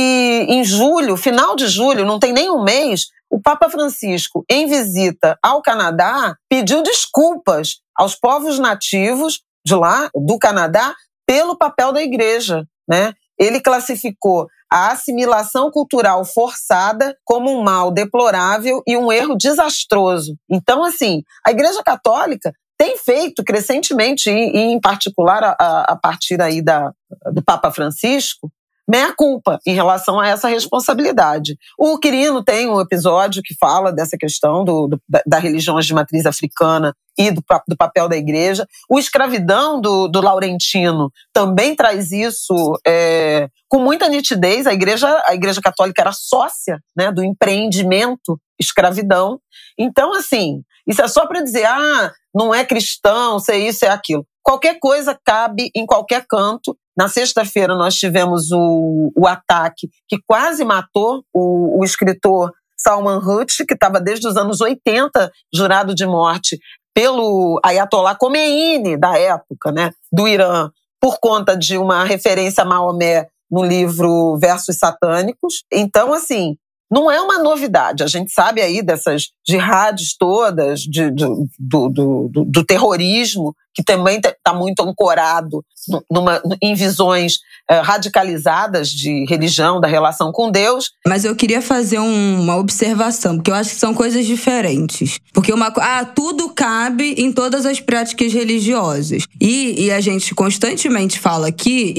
E em julho, final de julho, não tem nem um mês, o Papa Francisco, em visita ao Canadá, pediu desculpas aos povos nativos de lá, do Canadá, pelo papel da Igreja, né? Ele classificou a assimilação cultural forçada como um mal deplorável e um erro desastroso. Então, assim, a Igreja Católica tem feito crescentemente, e em particular a partir aí do Papa Francisco, meia culpa em relação a essa responsabilidade. O Quirino tem um episódio que fala dessa questão das religiões de matriz africana e do papel da igreja. O Escravidão, do Laurentino, também traz isso com muita nitidez. A igreja Católica era sócia, né, do empreendimento Escravidão. Então, assim, isso é só para dizer, não é cristão, se é isso, é aquilo. Qualquer coisa cabe em qualquer canto. Na sexta-feira nós tivemos o ataque que quase matou o escritor Salman Rushdie, que estava desde os anos 80 jurado de morte pelo Ayatollah Khomeini da época, né, do Irã, por conta de uma referência a Maomé no livro Versos Satânicos. Então, assim, não é uma novidade. A gente sabe aí dessas jihadis todas, do terrorismo que também está muito ancorado em visões radicalizadas de religião, da relação com Deus. Mas eu queria fazer uma observação, porque eu acho que são coisas diferentes. Porque tudo cabe em todas as práticas religiosas. E a gente constantemente fala aqui,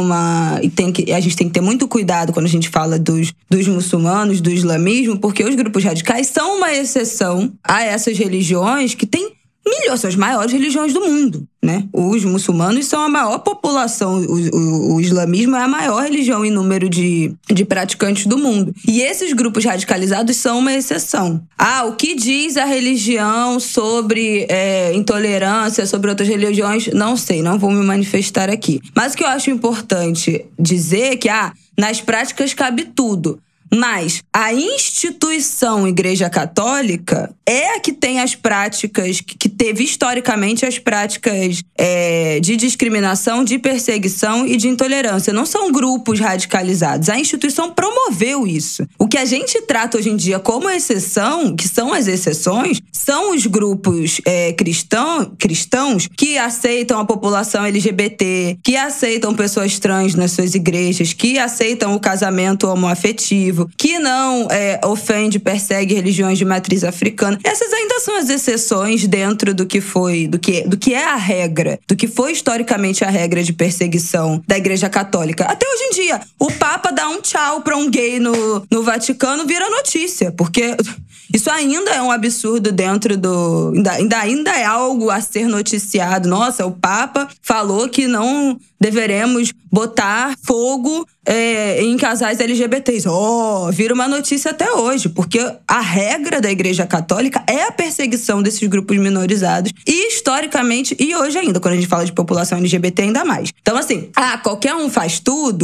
a gente tem que ter muito cuidado quando a gente fala dos muçulmanos, do islamismo, porque os grupos radicais são uma exceção a essas religiões que têm milhões, são as maiores religiões do mundo, né? Os muçulmanos são a maior população, o islamismo é a maior religião em número de praticantes do mundo. E esses grupos radicalizados são uma exceção. O que diz a religião sobre intolerância, sobre outras religiões? Não sei, não vou me manifestar aqui. Mas o que eu acho importante dizer é que, nas práticas cabe tudo. Mas a instituição Igreja Católica é a que tem as práticas, que teve historicamente as práticas de discriminação, de perseguição e de intolerância. Não são grupos radicalizados. A instituição promoveu isso. O que a gente trata hoje em dia como exceção, que são as exceções, são os grupos cristãos que aceitam a população LGBT, que aceitam pessoas trans nas suas igrejas, que aceitam o casamento homoafetivo, que não ofende, persegue religiões de matriz africana. Essas ainda são as exceções dentro do que é a regra, do que foi historicamente a regra de perseguição da Igreja Católica. Até hoje em dia, o Papa dá um tchau pra um gay no Vaticano, vira notícia, porque isso ainda é um absurdo dentro do... Ainda é algo a ser noticiado. Nossa, o Papa falou que não deveremos botar fogo em casais LGBTs. Vira uma notícia até hoje, porque a regra da Igreja Católica é a perseguição desses grupos minorizados, e historicamente, e hoje ainda, quando a gente fala de população LGBT, ainda mais. Então, assim, qualquer um faz tudo,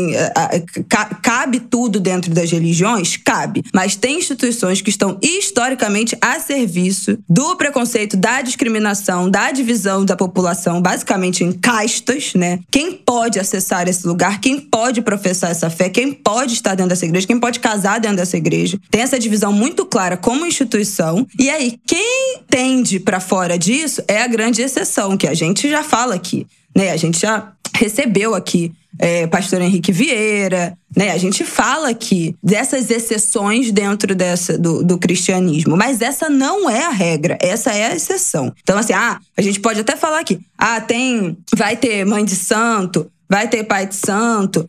cabe tudo dentro das religiões? Cabe. Mas tem instituições que estão historicamente a serviço do preconceito, da discriminação, da divisão da população, basicamente em castas, né? Quem pode acessar esse lugar, quem pode professar essa fé, quem pode estar dentro dessa igreja, quem pode casar dentro dessa igreja. Tem essa divisão muito clara como instituição. E aí, quem tende para fora disso é a grande exceção, que a gente já fala aqui, né? A gente já recebeu aqui pastor Henrique Vieira, né? A gente fala aqui dessas exceções dentro do cristianismo, mas essa não é a regra, essa é a exceção. Então, assim, a gente pode até falar aqui, vai ter mãe de santo, vai ter pai de santo,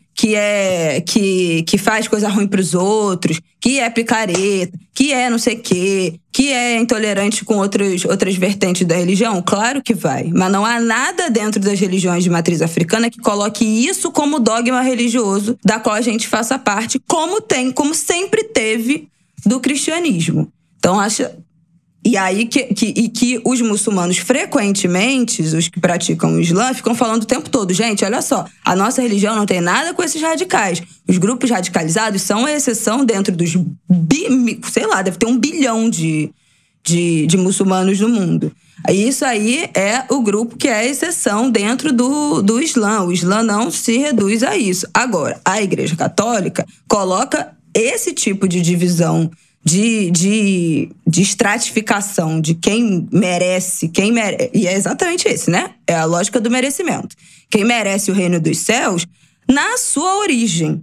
que faz coisa ruim pros outros, que é picareta, que é não sei o quê, que é intolerante com outras vertentes da religião. Claro que vai. Mas não há nada dentro das religiões de matriz africana que coloque isso como dogma religioso da qual a gente faça parte, como sempre teve do cristianismo. Então, E aí que os muçulmanos, frequentemente, os que praticam o Islã, ficam falando o tempo todo: gente, olha só, a nossa religião não tem nada com esses radicais. Os grupos radicalizados são a exceção dentro dos, deve ter 1 bilhão de muçulmanos no mundo. Isso aí é o grupo que é a exceção dentro do Islã. O Islã não se reduz a isso. Agora, a Igreja Católica coloca esse tipo de divisão, de estratificação de quem merece, e é exatamente esse, né? É a lógica do merecimento. Quem merece o reino dos céus na sua origem.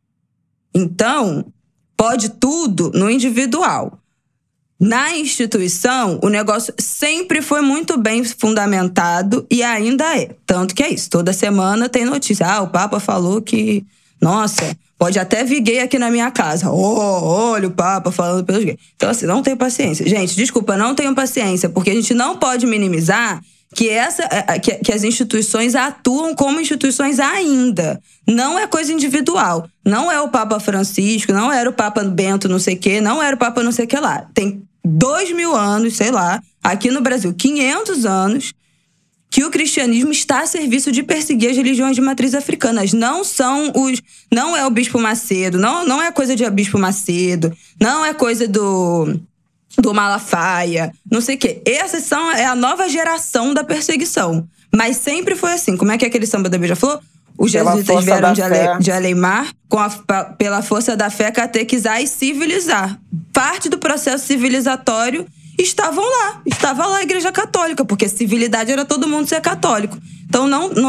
Então, pode tudo no individual. Na instituição, o negócio sempre foi muito bem fundamentado e ainda é. Tanto que é isso. Toda semana tem notícia. O Papa falou que, nossa, pode até vir gay aqui na minha casa. Olha o Papa falando pelos gays. Então, assim, não tenho paciência. Gente, desculpa, não tenho paciência, porque a gente não pode minimizar que as instituições atuam como instituições ainda. Não é coisa individual. Não é o Papa Francisco, não era o Papa Bento não sei o quê, não era o Papa não sei o que lá. Tem 2000 anos, sei lá, aqui no Brasil, 500 anos, que o cristianismo está a serviço de perseguir as religiões de matriz africanas. Não é o Bispo Macedo, não é coisa de Bispo Macedo, não é coisa do Malafaia, não sei o quê. Essa é a nova geração da perseguição. Mas sempre foi assim. Como é que aquele samba da Beija-Flor? Os jesuítas vieram de Aleimar pela força da fé catequizar e civilizar. Parte do processo civilizatório estava lá a Igreja Católica, porque civilidade era todo mundo ser católico. Então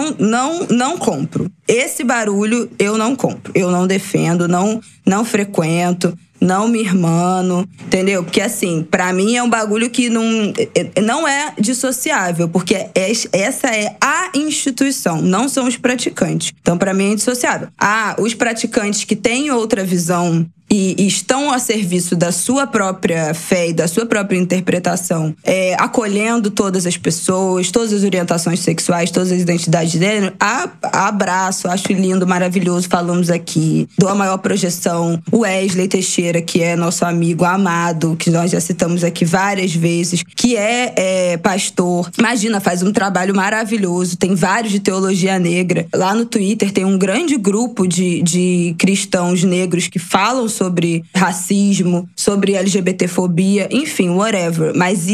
não compro. Esse barulho eu não compro. Eu não defendo, não frequento, não me irmano, entendeu? Porque assim, pra mim é um bagulho que não é dissociável, porque essa é a instituição, não são os praticantes. Então pra mim é indissociável. Os praticantes que têm outra visão e estão a serviço da sua própria fé e da sua própria interpretação, acolhendo todas as pessoas, todas as orientações sexuais, todas as identidades de gênero, abraço, acho lindo, maravilhoso, falamos aqui, dou a maior projeção, o Wesley Teixeira, que é nosso amigo amado, que nós já citamos aqui várias vezes, que é pastor, imagina, faz um trabalho maravilhoso, tem vários de teologia negra, lá no Twitter tem um grande grupo de cristãos negros que falam sobre racismo, sobre LGBTfobia, enfim, whatever. Mas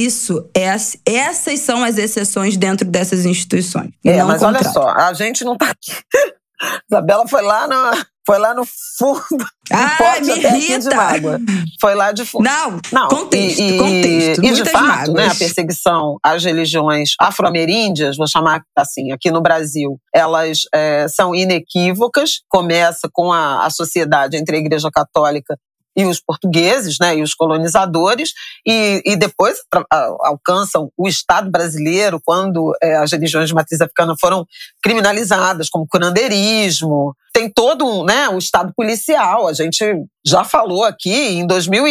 essas são as exceções dentro dessas instituições. Mas olha só, a gente não tá aqui. Isabela foi lá no fundo. Me irrita! Foi lá de fundo. Não, contexto. E de fato, né, a perseguição às religiões afro-ameríndias, vou chamar assim, aqui no Brasil, elas são inequívocas. Começa com a sociedade entre a Igreja Católica e os portugueses, né, e os colonizadores, e depois alcançam o Estado brasileiro quando as religiões de matriz africana foram criminalizadas, como curanderismo. Tem todo o Estado policial. A gente já falou aqui, em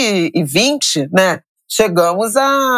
2020, né, chegamos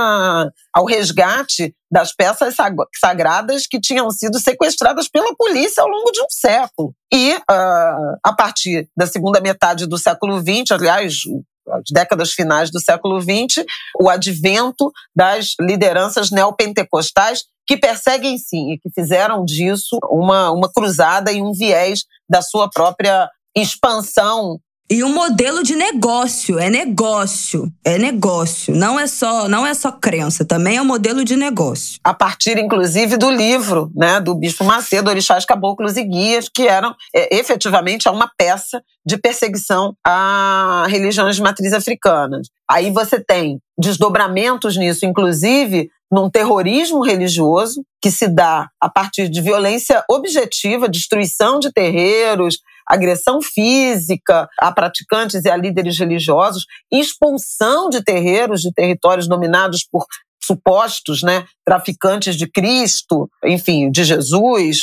ao resgate das peças sagradas que tinham sido sequestradas pela polícia ao longo de um século. E, a partir da segunda metade do século XX, aliás, as décadas finais do século XX, o advento das lideranças neopentecostais que perseguem, sim, e que fizeram disso uma cruzada e um viés da sua própria expansão. E um modelo de negócio, é negócio. Não é só crença, também é um modelo de negócio. A partir, inclusive, do livro, né, do Bispo Macedo, Orixás, Caboclos e Guias, que eram efetivamente uma peça de perseguição a religiões de matriz africana. Aí você tem desdobramentos nisso, inclusive num terrorismo religioso que se dá a partir de violência objetiva, destruição de terreiros, agressão física a praticantes e a líderes religiosos, expulsão de terreiros de territórios dominados por supostos, né, traficantes de Cristo, enfim, de Jesus.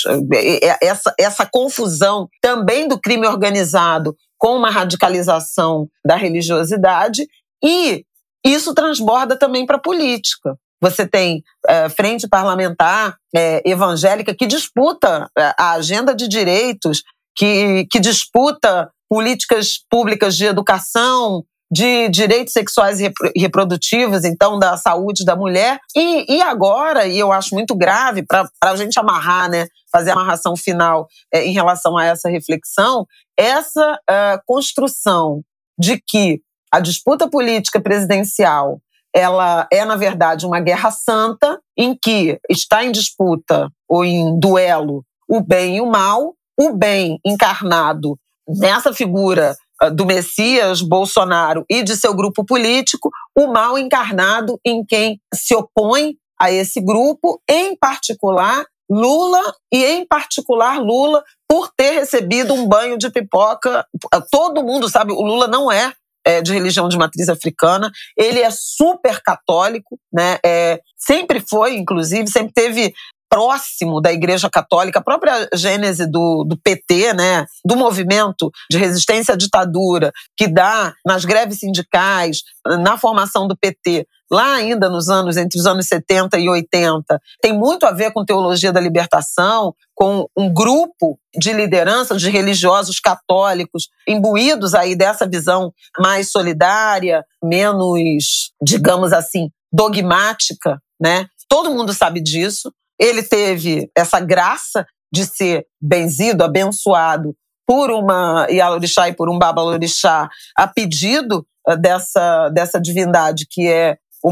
Essa confusão também do crime organizado com uma radicalização da religiosidade, e isso transborda também para a política. Você tem frente parlamentar evangélica que disputa a agenda de direitos, que disputa políticas públicas de educação, de direitos sexuais e reprodutivos, então da saúde da mulher. E agora, e eu acho muito grave, para a gente amarrar, né, fazer a amarração final em relação a essa reflexão, essa construção de que a disputa política presidencial ela é, na verdade, uma guerra santa em que está em disputa ou em duelo o bem e o mal, o bem encarnado nessa figura do Messias, Bolsonaro e de seu grupo político, o mal encarnado em quem se opõe a esse grupo, em particular Lula, e em particular Lula por ter recebido um banho de pipoca. Todo mundo sabe, o Lula não é de religião de matriz africana, ele é super católico, né? Sempre foi, inclusive, sempre teve próximo da Igreja Católica, a própria gênese do PT, né? Do movimento de resistência à ditadura, que dá nas greves sindicais, na formação do PT, lá ainda entre os anos 70 e 80, tem muito a ver com teologia da libertação, com um grupo de liderança de religiosos católicos imbuídos aí dessa visão mais solidária, menos, digamos assim, dogmática, né? Todo mundo sabe disso. Ele teve essa graça de ser benzido, abençoado por uma Ialorixá e por um Babalorixá a pedido dessa divindade que é o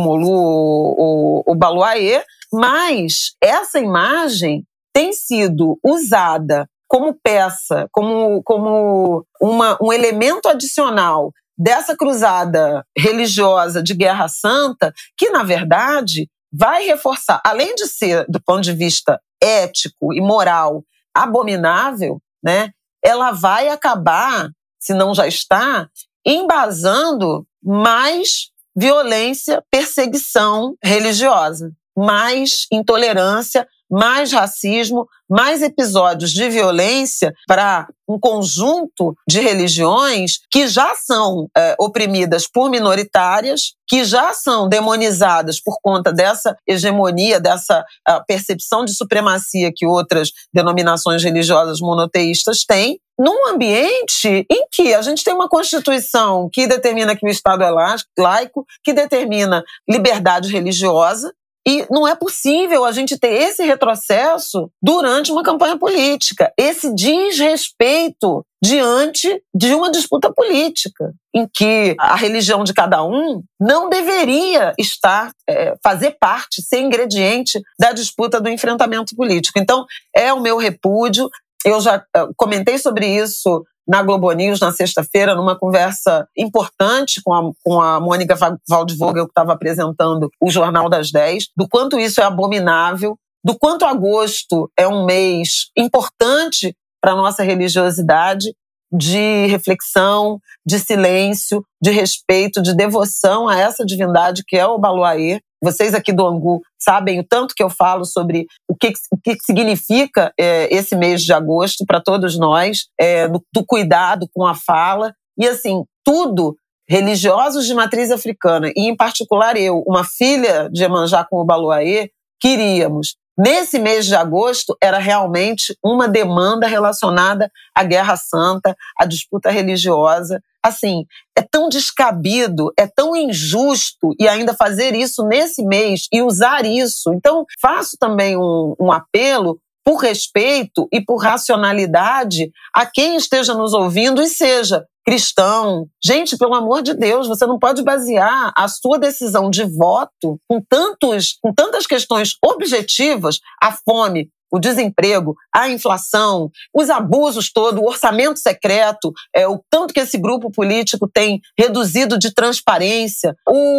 Molu, o Baluaê, mas essa imagem tem sido usada como peça, como um elemento adicional dessa cruzada religiosa de Guerra Santa, que, na verdade, vai reforçar, além de ser, do ponto de vista ético e moral, abominável, né, ela vai acabar, se não já está, embasando mais violência, perseguição religiosa, mais intolerância, mais racismo, mais episódios de violência para um conjunto de religiões que já são oprimidas por minoritárias, que já são demonizadas por conta dessa hegemonia, dessa percepção de supremacia que outras denominações religiosas monoteístas têm, num ambiente em que a gente tem uma Constituição que determina que o Estado é laico, que determina liberdade religiosa, e não é possível a gente ter esse retrocesso durante uma campanha política, esse desrespeito diante de uma disputa política, em que a religião de cada um não deveria fazer parte, ser ingrediente da disputa do enfrentamento político. Então, é o meu repúdio. Eu já comentei sobre isso na Globo News, na sexta-feira, numa conversa importante com a Mônica Waldvogel, que estava apresentando o Jornal das 10, do quanto isso é abominável, do quanto agosto é um mês importante para a nossa religiosidade, de reflexão, de silêncio, de respeito, de devoção a essa divindade que é o Obaloaiê. Vocês aqui do Angu sabem o tanto que eu falo sobre o que significa esse mês de agosto para todos nós, do cuidado com a fala. E assim, tudo, religiosos de matriz africana, e em particular eu, uma filha de Iemanjá com o Obaloaiê, queríamos. Nesse mês de agosto, era realmente uma demanda relacionada à Guerra Santa, à disputa religiosa. Assim, é tão descabido, é tão injusto, e ainda fazer isso nesse mês e usar isso. Então, faço também um apelo por respeito e por racionalidade a quem esteja nos ouvindo e seja cristão. Gente, pelo amor de Deus, você não pode basear a sua decisão de voto com tantas questões objetivas, a fome, o desemprego, a inflação, os abusos todos, o orçamento secreto, o tanto que esse grupo político tem reduzido de transparência,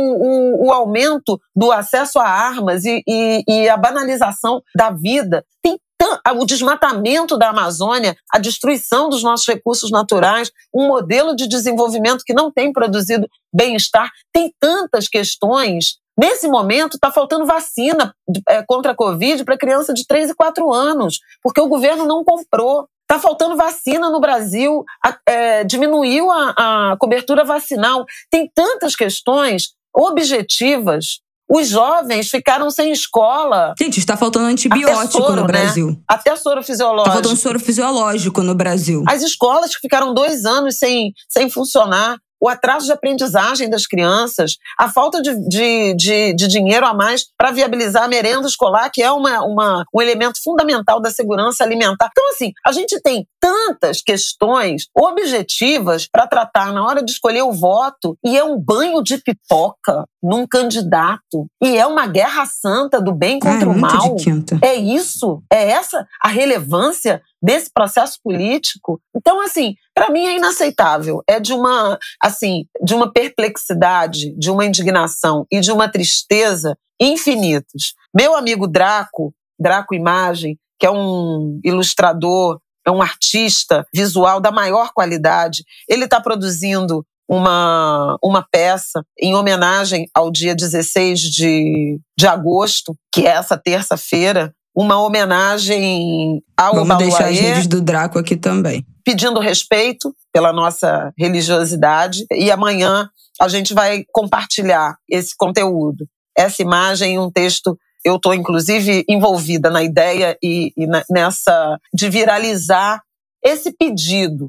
o aumento do acesso a armas e a banalização da vida. Tem o desmatamento da Amazônia, a destruição dos nossos recursos naturais, um modelo de desenvolvimento que não tem produzido bem-estar. Tem tantas questões. Nesse momento, está faltando vacina contra a Covid para criança de 3 e 4 anos, porque o governo não comprou. Está faltando vacina no Brasil, diminuiu a cobertura vacinal. Tem tantas questões objetivas. Os jovens ficaram sem escola. Gente, está faltando antibiótico soro, no Brasil. Né? Até soro fisiológico. Está faltando soro fisiológico no Brasil. As escolas que ficaram 2 anos sem funcionar. O atraso de aprendizagem das crianças, a falta de dinheiro a mais para viabilizar a merenda escolar, que é um elemento fundamental da segurança alimentar. Então, assim, a gente tem tantas questões objetivas para tratar na hora de escolher o voto, e é um banho de pipoca num candidato, e é uma guerra santa do bem contra o mal. É isso? É essa a relevância desse processo político? Então, assim, para mim é inaceitável. É de uma perplexidade, de uma indignação e de uma tristeza infinitos. Meu amigo Draco Imagem, que é um ilustrador, é um artista visual da maior qualidade, ele está produzindo uma peça em homenagem ao dia 16 de agosto, que é essa terça-feira, uma homenagem ao Obaloaiê. Vamos deixar as redes do Draco aqui também. Pedindo respeito pela nossa religiosidade, e amanhã a gente vai compartilhar esse conteúdo, essa imagem, um texto. Eu estou, inclusive, envolvida na ideia nessa de viralizar esse pedido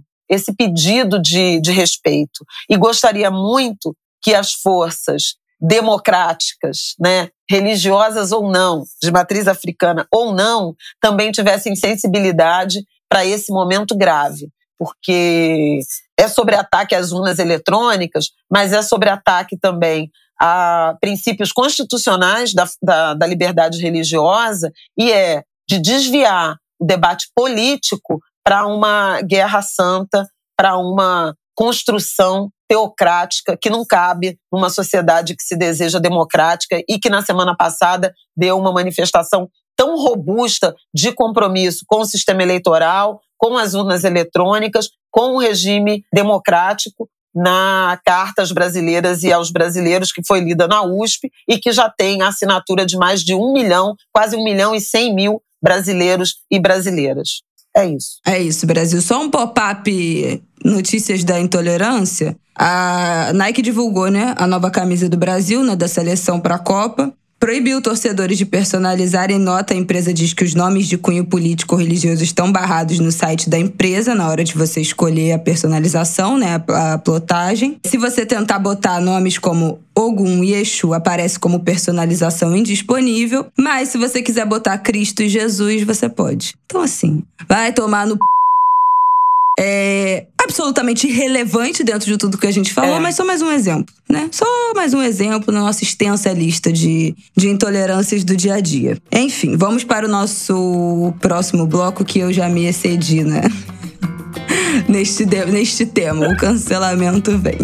de respeito. E gostaria muito que as forças democráticas, né, religiosas ou não, de matriz africana ou não, também tivessem sensibilidade para esse momento grave, porque é sobre ataque às urnas eletrônicas, mas é sobre ataque também a princípios constitucionais da liberdade religiosa, e é de desviar o debate político para uma guerra santa, para uma construção teocrática, que não cabe numa sociedade que se deseja democrática e que na semana passada deu uma manifestação tão robusta de compromisso com o sistema eleitoral, com as urnas eletrônicas, com o regime democrático na Carta às Brasileiras e aos Brasileiros, que foi lida na USP e que já tem a assinatura de mais de 1 milhão, quase 1.100.000 brasileiros e brasileiras. É isso. É isso, Brasil. Só um pop-up notícias da intolerância. A Nike divulgou, né, a nova camisa do Brasil, né, da seleção para a Copa. Proibiu torcedores de personalizarem nota. A empresa diz que os nomes de cunho político ou religioso estão barrados no site da empresa na hora de você escolher a personalização, né, a plotagem. Se você tentar botar nomes como Ogum e Exu, aparece como personalização indisponível. Mas se você quiser botar Cristo e Jesus, você pode. Então assim, vai tomar no... É absolutamente irrelevante dentro de tudo que a gente falou, mas só mais um exemplo, né? Só mais um exemplo na nossa extensa lista de intolerâncias do dia a dia. Enfim, vamos para o nosso próximo bloco, que eu já me excedi, né? neste tema, o cancelamento vem.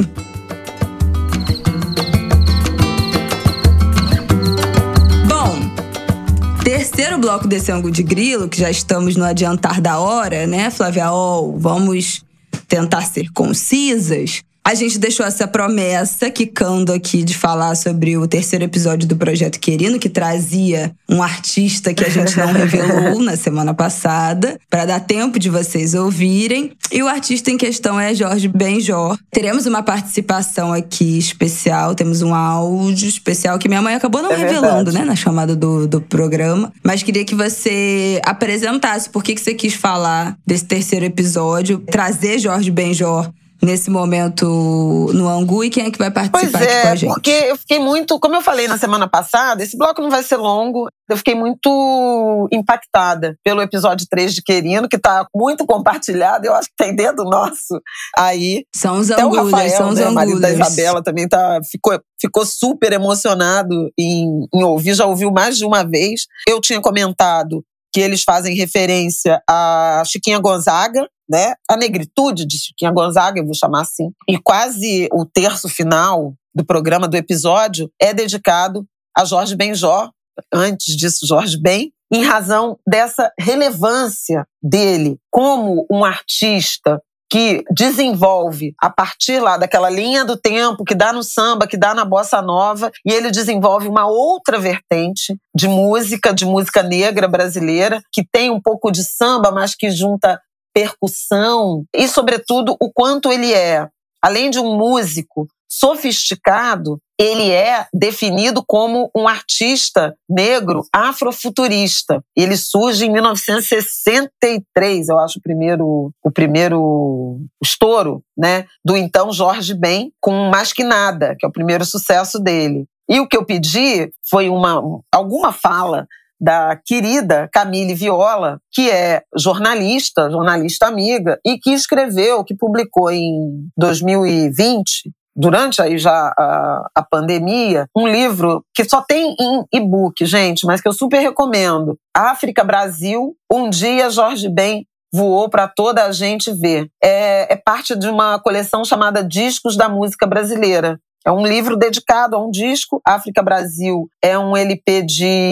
Terceiro bloco desse ângulo de grilo, que já estamos no adiantar da hora, né, Flávia? Vamos tentar ser concisas. A gente deixou essa promessa, quicando aqui, de falar sobre o terceiro episódio do Projeto Querino, que trazia um artista que a gente não revelou na semana passada, para dar tempo de vocês ouvirem. E o artista em questão é Jorge Benjor. Teremos uma participação aqui especial, temos um áudio especial que minha mãe acabou não revelando, né, na chamada do programa. Mas queria que você apresentasse por que você quis falar desse terceiro episódio, trazer Jorge Benjor nesse momento no Angu, e quem é que vai participar aqui com a gente? Porque eu fiquei muito, como eu falei na semana passada, esse bloco não vai ser longo, eu fiquei muito impactada pelo episódio 3 de Querino, que tá muito compartilhado, eu acho que tem dedo nosso aí. São os Angulhas, são os Angulhas. O marido da Isabela também ficou super emocionado em ouvir, já ouviu mais de uma vez. Eu tinha comentado que eles fazem referência a Chiquinha Gonzaga, né? A negritude de Chiquinha Gonzaga, eu vou chamar assim. E quase o terço final do programa, do episódio, é dedicado a Jorge Benjor, antes disso Jorge Ben, em razão dessa relevância dele como um artista que desenvolve a partir lá daquela linha do tempo que dá no samba, que dá na bossa nova, e ele desenvolve uma outra vertente de música negra brasileira, que tem um pouco de samba, mas que junta percussão e, sobretudo, o quanto ele é, além de um músico sofisticado, ele é definido como um artista negro afrofuturista. Ele surge em 1963, eu acho, o primeiro estouro, né, do então Jorge Ben, com Mais Que Nada, que é o primeiro sucesso dele. E o que eu pedi foi alguma fala da querida Camille Viola, que é jornalista amiga, e que publicou em 2020, durante aí já a pandemia, um livro que só tem em e-book, gente, mas que eu super recomendo. África, Brasil, um dia Jorge Ben voou para toda a gente ver. É parte de uma coleção chamada Discos da Música Brasileira. É um livro dedicado a um disco. África Brasil é um LP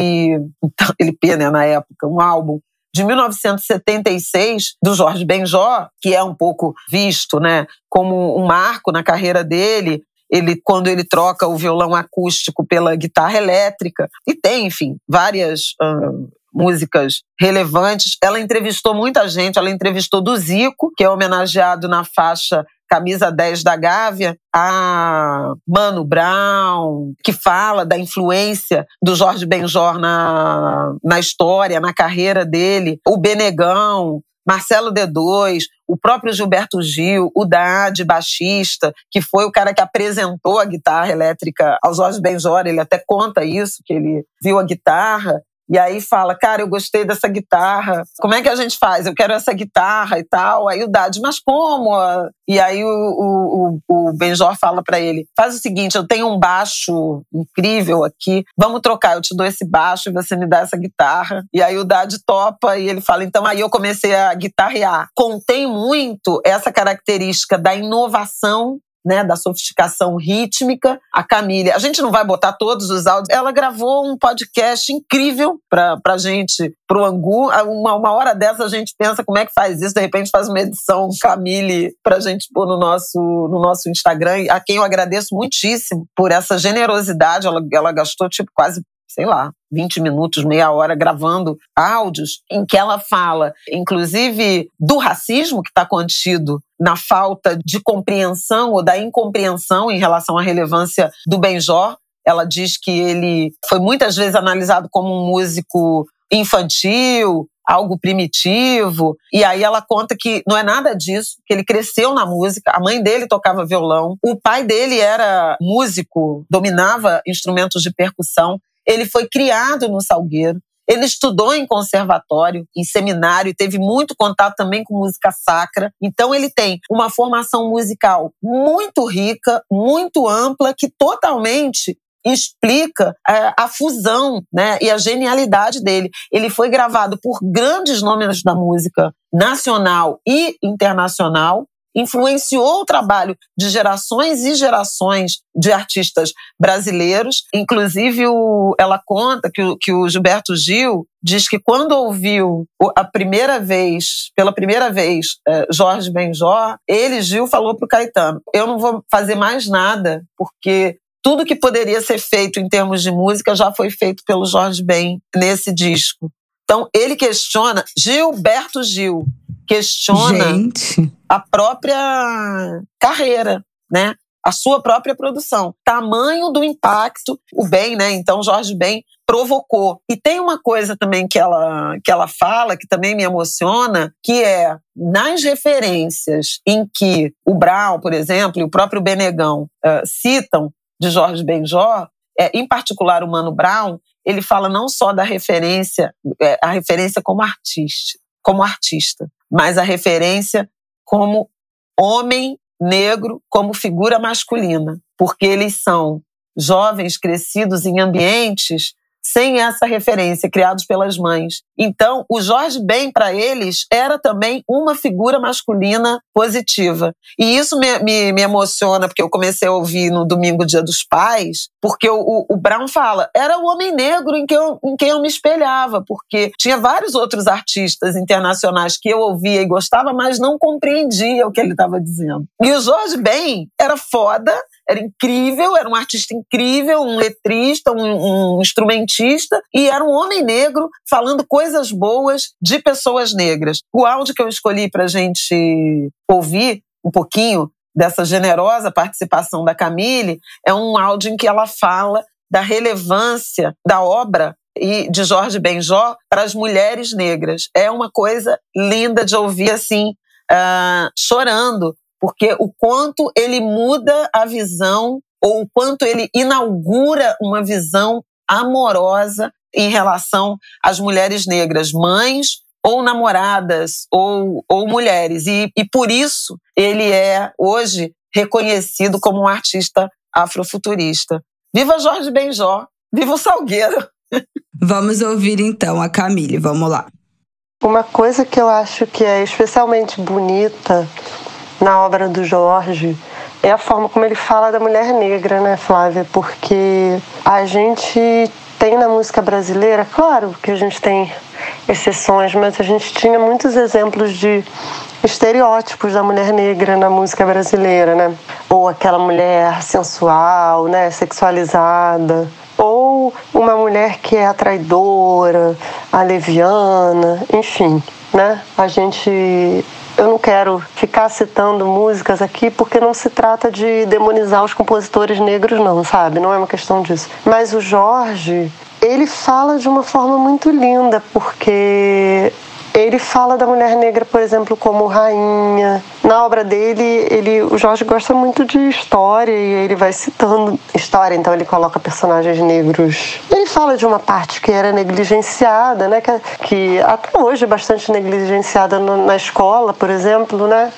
né, na época, um álbum de 1976, do Jorge Benjor, que é um pouco visto, né, como um marco na carreira dele, quando ele troca o violão acústico pela guitarra elétrica. E tem, enfim, várias músicas relevantes. Ela entrevistou muita gente, ela entrevistou do Zico, que é homenageado na faixa Camisa 10 da Gávea, a Mano Brown, que fala da influência do Jorge Benjor na história, na carreira dele, o Benegão, Marcelo D2, o próprio Gilberto Gil, o Dade, baixista, que foi o cara que apresentou a guitarra elétrica ao Jorge Benjor. Ele até conta isso, que ele viu a guitarra e aí fala, cara, eu gostei dessa guitarra, como é que a gente faz? Eu quero essa guitarra e tal. Aí o Dade, mas como? E aí o Benjor fala pra ele, faz o seguinte, eu tenho um baixo incrível aqui, vamos trocar, eu te dou esse baixo e você me dá essa guitarra. E aí o Dade topa e ele fala, então aí eu comecei a guitarrear. Contém muito essa característica da inovação né, da sofisticação rítmica. A Camille, a gente não vai botar todos os áudios, ela gravou um podcast incrível pra gente, pro Angu. Uma hora dessa a gente pensa como é que faz isso, de repente faz uma edição Camille pra gente pôr no nosso Instagram, a quem eu agradeço muitíssimo por essa generosidade. Ela gastou quase, sei lá, 20 minutos, meia hora gravando áudios em que ela fala, inclusive, do racismo que está contido na falta de compreensão ou da incompreensão em relação à relevância do Benjor. Ela diz que ele foi muitas vezes analisado como um músico infantil, algo primitivo, e aí ela conta que não é nada disso, que ele cresceu na música, a mãe dele tocava violão, o pai dele era músico, dominava instrumentos de percussão, ele foi criado no Salgueiro, ele estudou em conservatório, em seminário, teve muito contato também com música sacra. Então ele tem uma formação musical muito rica, muito ampla, que totalmente explica a fusão, né, e a genialidade dele. Ele foi gravado por grandes nomes da música nacional e internacional, influenciou o trabalho de gerações e gerações de artistas brasileiros. Inclusive, ela conta que o Gilberto Gil diz que quando ouviu pela primeira vez, Jorge Benjor, Gil, falou para o Caetano: eu não vou fazer mais nada, porque tudo que poderia ser feito em termos de música já foi feito pelo Jorge Ben nesse disco. Então, ele questiona, Gilberto Gil questiona a própria carreira, né? A sua própria produção. Tamanho do impacto, o Ben, né? Então, Jorge Ben provocou. E tem uma coisa também que ela fala, que também me emociona, que é, nas referências em que o Brau, por exemplo, e o próprio Benegão citam de Jorge Benjor, em particular o Mano Brown, ele fala não só da referência, a referência como artista, mas a referência como homem negro, como figura masculina, porque eles são jovens crescidos em ambientes sem essa referência, criados pelas mães. Então, o Jorge Ben, para eles, era também uma figura masculina positiva. E isso me emociona, porque eu comecei a ouvir no domingo, Dia dos Pais, porque o Brown fala, era o homem negro em quem eu me espelhava, porque tinha vários outros artistas internacionais que eu ouvia e gostava, mas não compreendia o que ele estava dizendo. E o Jorge Ben era foda, era incrível, era um artista incrível, um letrista, um instrumentista, e era um homem negro falando coisas boas de pessoas negras. O áudio que eu escolhi para a gente ouvir um pouquinho dessa generosa participação da Camille é um áudio em que ela fala da relevância da obra de Jorge Benjor para as mulheres negras. É uma coisa linda de ouvir assim, chorando, porque o quanto ele muda a visão, ou o quanto ele inaugura uma visão amorosa em relação às mulheres negras, mães ou namoradas ou mulheres. E por isso ele é hoje reconhecido como um artista afrofuturista. Viva Jorge Benjor! Viva o Salgueiro! Vamos ouvir então a Camille, vamos lá. Uma coisa que eu acho que é especialmente bonita na obra do Jorge é a forma como ele fala da mulher negra, né, Flávia? Porque a gente tem na música brasileira, claro que a gente tem exceções, mas a gente tinha muitos exemplos de estereótipos da mulher negra na música brasileira, né? Ou aquela mulher sensual, né, sexualizada, ou uma mulher que é a traidora, a leviana, enfim, né? Eu não quero ficar citando músicas aqui porque não se trata de demonizar os compositores negros, não, sabe? Não é uma questão disso. Mas o Jorge, ele fala de uma forma muito linda, porque ele fala da mulher negra, por exemplo, como rainha. Na obra dele, o Jorge gosta muito de história e ele vai citando história, então ele coloca personagens negros. Ele fala de uma parte que era negligenciada, né, que até hoje é bastante negligenciada na escola, por exemplo, né,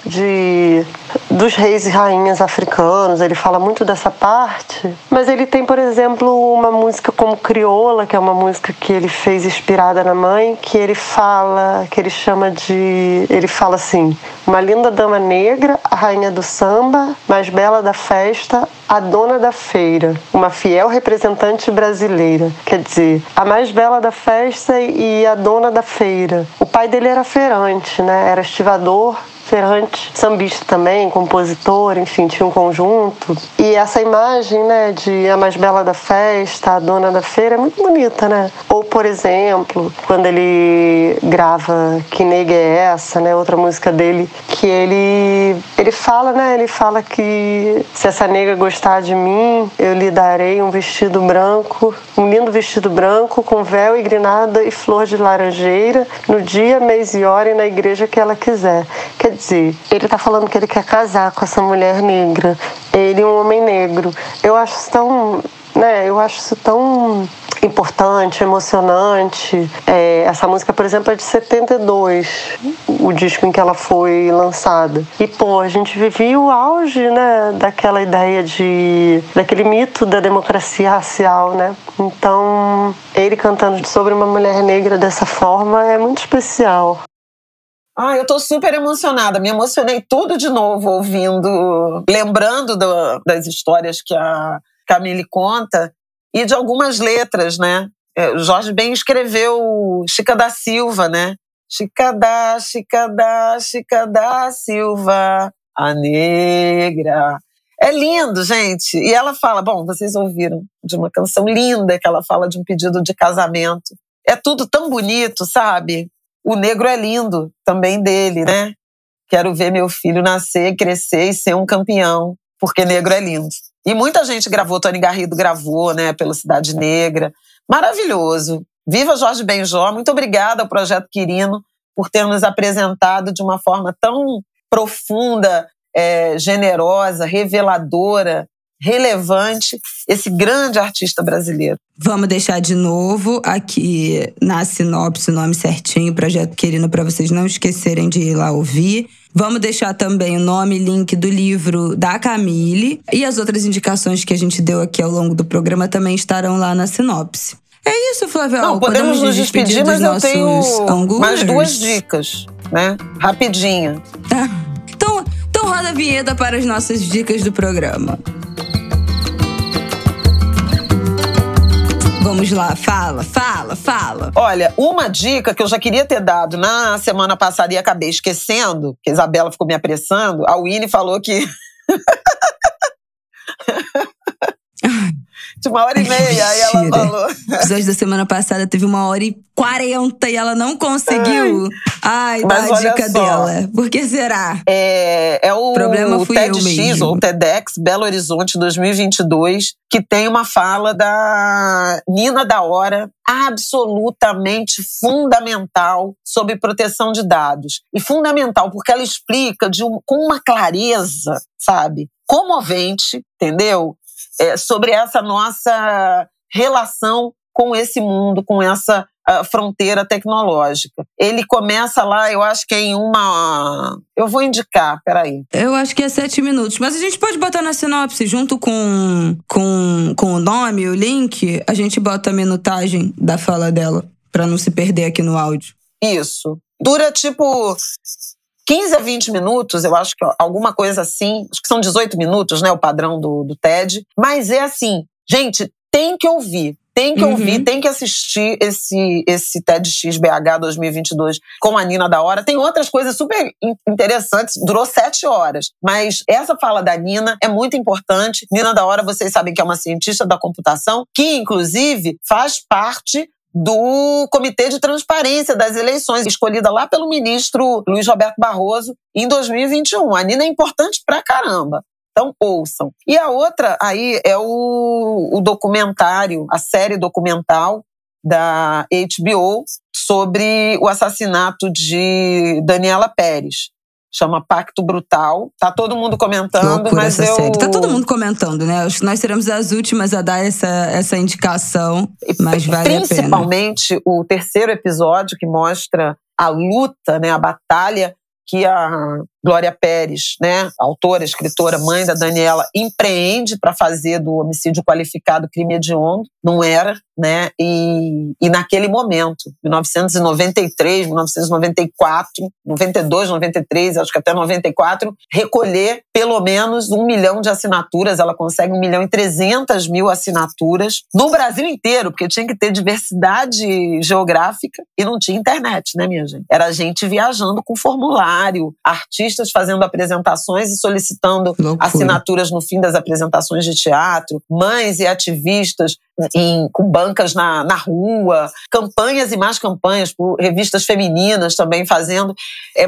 dos reis e rainhas africanos. Ele fala muito dessa parte, mas ele tem, por exemplo, uma música como Crioula, que é uma música que ele fez inspirada na mãe, que ele fala assim: uma linda dama negra, a rainha do samba, mais bela da festa, a dona da feira, uma fiel representante brasileira. Quer dizer, a mais bela da festa e a dona da feira. O pai dele era feirante, né? Era estivador, feirante, sambista também, compositor, enfim, tinha um conjunto. E essa imagem, né, de a mais bela da festa, a dona da feira, é muito bonita, né? Ou, por exemplo, quando ele grava Que Nega é Essa, né, outra música dele, que ele fala, né, ele fala que se essa nega gostar de mim, eu lhe darei um vestido branco, um lindo vestido branco com véu e grinada e flor de laranjeira, no dia, mês e hora e na igreja que ela quiser. Quer dizer, ele tá falando que ele quer casar com essa mulher negra. Ele é um homem negro. Eu acho isso tão, né? Eu acho isso tão importante, emocionante. Essa música, por exemplo, é de 72, o disco em que ela foi lançada. E, pô, a gente vivia o auge, né, daquela ideia daquele mito da democracia racial, né? Então, ele cantando sobre uma mulher negra dessa forma é muito especial. Eu tô super emocionada, me emocionei tudo de novo ouvindo, lembrando das histórias que a Camille conta e de algumas letras, né? O Jorge Ben escreveu Chica da Silva, né? Chica da Silva, a negra. É lindo, gente. E ela fala, bom, vocês ouviram de uma canção linda que ela fala de um pedido de casamento. É tudo tão bonito, sabe? O negro é lindo também dele, né? Quero ver meu filho nascer, crescer e ser um campeão, porque negro é lindo. E muita gente gravou, Tony Garrido gravou, né, pelo Cidade Negra. Maravilhoso. Viva Jorge Benjor. Muito obrigada ao Projeto Quirino por ter nos apresentado de uma forma tão profunda, generosa, reveladora, relevante, esse grande artista brasileiro. Vamos deixar de novo aqui na sinopse o nome certinho, Projeto Quirino, para vocês não esquecerem de ir lá ouvir. Vamos deixar também o nome e link do livro da Camille. E as outras indicações que a gente deu aqui ao longo do programa também estarão lá na sinopse. É isso, Flávia. Não, podemos nos despedir, mas eu tenho mais 2 dicas, né? Rapidinha. Tá. Então roda a vinheta para as nossas dicas do programa. Vamos lá, fala. Olha, uma dica que eu já queria ter dado na semana passada e acabei esquecendo, que a Isabela ficou me apressando, a Winnie falou que... de 1h30, aí ela falou. O episódio da semana passada teve 1h40 e ela não conseguiu. Ai, dá a dica dela. Por que será? É o problema fui TEDx, ou TEDx Belo Horizonte 2022, que tem uma fala da Nina da Hora, absolutamente fundamental sobre proteção de dados. E fundamental porque ela explica com uma clareza, sabe? Comovente, entendeu? Sobre essa nossa relação com esse mundo, com essa fronteira tecnológica. Ele começa lá, eu acho que eu vou indicar, peraí. Eu acho que é 7 minutos, mas a gente pode botar na sinopse, junto com o nome, o link, a gente bota a minutagem da fala dela, pra não se perder aqui no áudio. Isso. Dura, 15 a 20 minutos, eu acho que alguma coisa assim. Acho que são 18 minutos, né? O padrão do TED. Mas é assim, gente, tem que ouvir. Tem que ouvir, tem que assistir esse TEDx BH 2022 com a Nina da Hora. Tem outras coisas super interessantes, durou 7 horas. Mas essa fala da Nina é muito importante. Nina da Hora, vocês sabem que é uma cientista da computação, que inclusive faz parte do Comitê de Transparência das Eleições, escolhida lá pelo ministro Luiz Roberto Barroso em 2021. A Nina é importante pra caramba. Então, ouçam. E a outra aí é o documentário, a série documental da HBO sobre o assassinato de Daniela Pérez. Chama Pacto Brutal. Tá todo mundo comentando, loucura, mas essa série. Tá todo mundo comentando, né? Nós seremos as últimas a dar essa indicação, mas vale a pena. Principalmente o 3º episódio, que mostra a luta, né, a batalha que a Glória Pérez, né, autora, escritora, mãe da Daniela, empreende para fazer do homicídio qualificado crime hediondo, não era, né? E naquele momento, 1993, 1994, 92, 93, acho que até 94, recolher pelo menos 1 milhão de assinaturas. Ela consegue 1.300.000 assinaturas no Brasil inteiro, porque tinha que ter diversidade geográfica e não tinha internet, né, minha gente? Era gente viajando com formulário, artistas fazendo apresentações e solicitando assinaturas no fim das apresentações de teatro, mães e ativistas com bancas na rua, campanhas e mais campanhas por revistas femininas também fazendo. É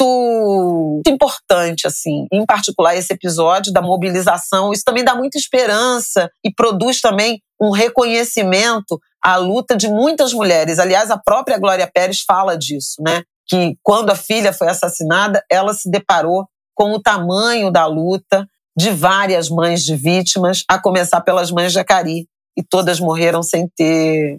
muito importante, assim, em particular esse episódio da mobilização. Isso também dá muita esperança e produz também um reconhecimento à luta de muitas mulheres. Aliás, a própria Glória Pérez fala disso, né? Que quando a filha foi assassinada, ela se deparou com o tamanho da luta de várias mães de vítimas, a começar pelas mães de Jacari, e todas morreram sem ter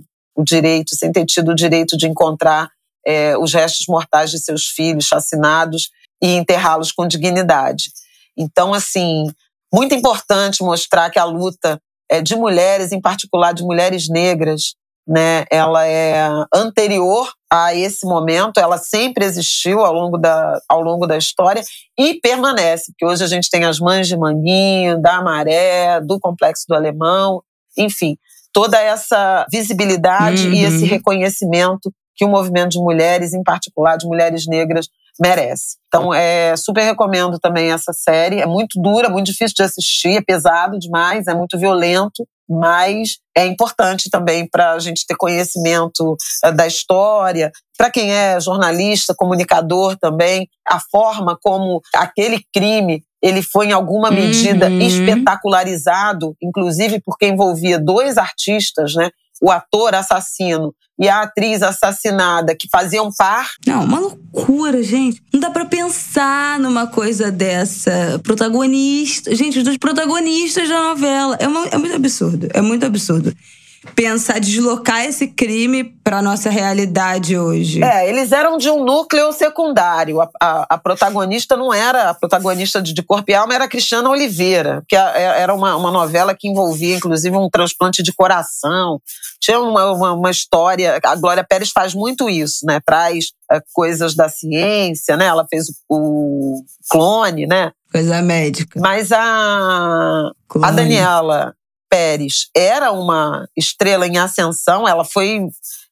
tido o direito de encontrar os restos mortais de seus filhos chaciнаdos e enterrá-los com dignidade. Então, assim, muito importante mostrar que a luta de mulheres, em particular de mulheres negras, né, ela é anterior a esse momento, ela sempre existiu ao longo da história e permanece, porque hoje a gente tem as mães de Manguinho, da Maré, do Complexo do Alemão, enfim, toda essa visibilidade e esse reconhecimento que o movimento de mulheres, em particular de mulheres negras, merece. Então, super recomendo também essa série. É muito dura, muito difícil de assistir, é pesado demais, é muito violento, mas é importante também para a gente ter conhecimento da história. Para quem é jornalista, comunicador também, a forma como aquele crime ele foi em alguma medida espetacularizado, inclusive porque envolvia 2 artistas, né? O ator assassino e a atriz assassinada, que faziam par. Não, uma loucura, gente. Não dá pra pensar numa coisa dessa. Protagonista. Gente, os 2 protagonistas da novela. É muito absurdo. É muito absurdo. Pensar, deslocar esse crime pra nossa realidade hoje. Eles eram de um núcleo secundário. A protagonista não era a protagonista de Corpo e Alma, era a Cristiana Oliveira, que era uma novela que envolvia, inclusive, um transplante de coração. Tinha uma história. A Glória Pérez faz muito isso, né? Traz coisas da ciência, né? Ela fez o Clone, né? Coisa médica. Mas a Daniela Pérez era uma estrela em ascensão, ela foi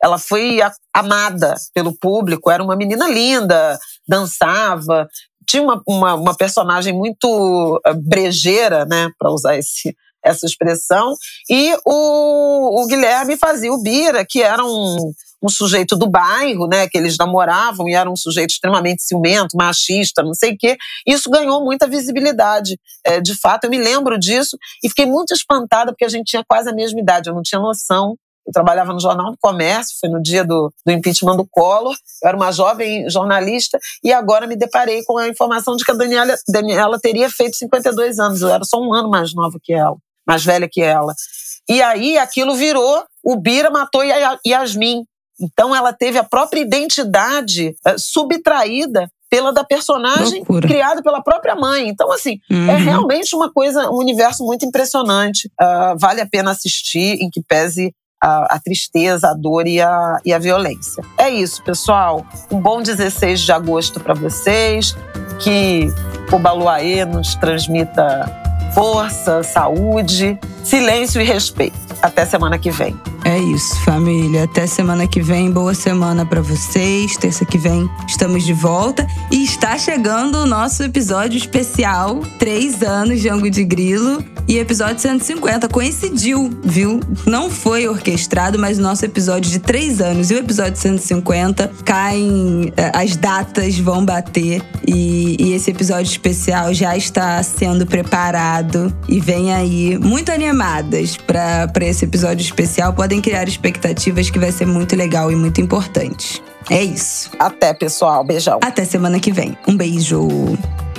amada pelo público, era uma menina linda, dançava, tinha uma personagem muito brejeira, né, para usar essa expressão, e o Guilherme fazia o Bira, que era um sujeito do bairro, né, que eles namoravam e era um sujeito extremamente ciumento, machista, não sei o quê. Isso ganhou muita visibilidade. De fato, eu me lembro disso e fiquei muito espantada porque a gente tinha quase a mesma idade, eu não tinha noção. Eu trabalhava no Jornal do Comércio, foi no dia do impeachment do Collor, eu era uma jovem jornalista e agora me deparei com a informação de que a Daniela teria feito 52 anos, eu era só um ano mais nova que ela, mais velha que ela. E aí aquilo virou, o Bira matou Yasmin. Então ela teve a própria identidade subtraída pela da personagem criada pela própria mãe. Então, assim, é realmente um universo muito impressionante. Vale a pena assistir, em que pese a tristeza, a dor e a violência. É isso, pessoal. Um bom 16 de agosto para vocês. Que o Baluaê nos transmita força, saúde, silêncio e respeito. Até semana que vem. É isso, família. Até semana que vem. Boa semana pra vocês. Terça que vem estamos de volta. E está chegando o nosso episódio especial. 3 anos de Angu de Grilo. E episódio 150. Coincidiu, viu? Não foi orquestrado, mas o nosso episódio de 3 anos e o episódio 150 caem, as datas vão bater. E esse episódio especial já está sendo preparado. E vem aí muito animadas pra esse episódio especial. Podem criar expectativas que vai ser muito legal e muito importante. É isso. Até, pessoal. Beijão. Até semana que vem. Um beijo.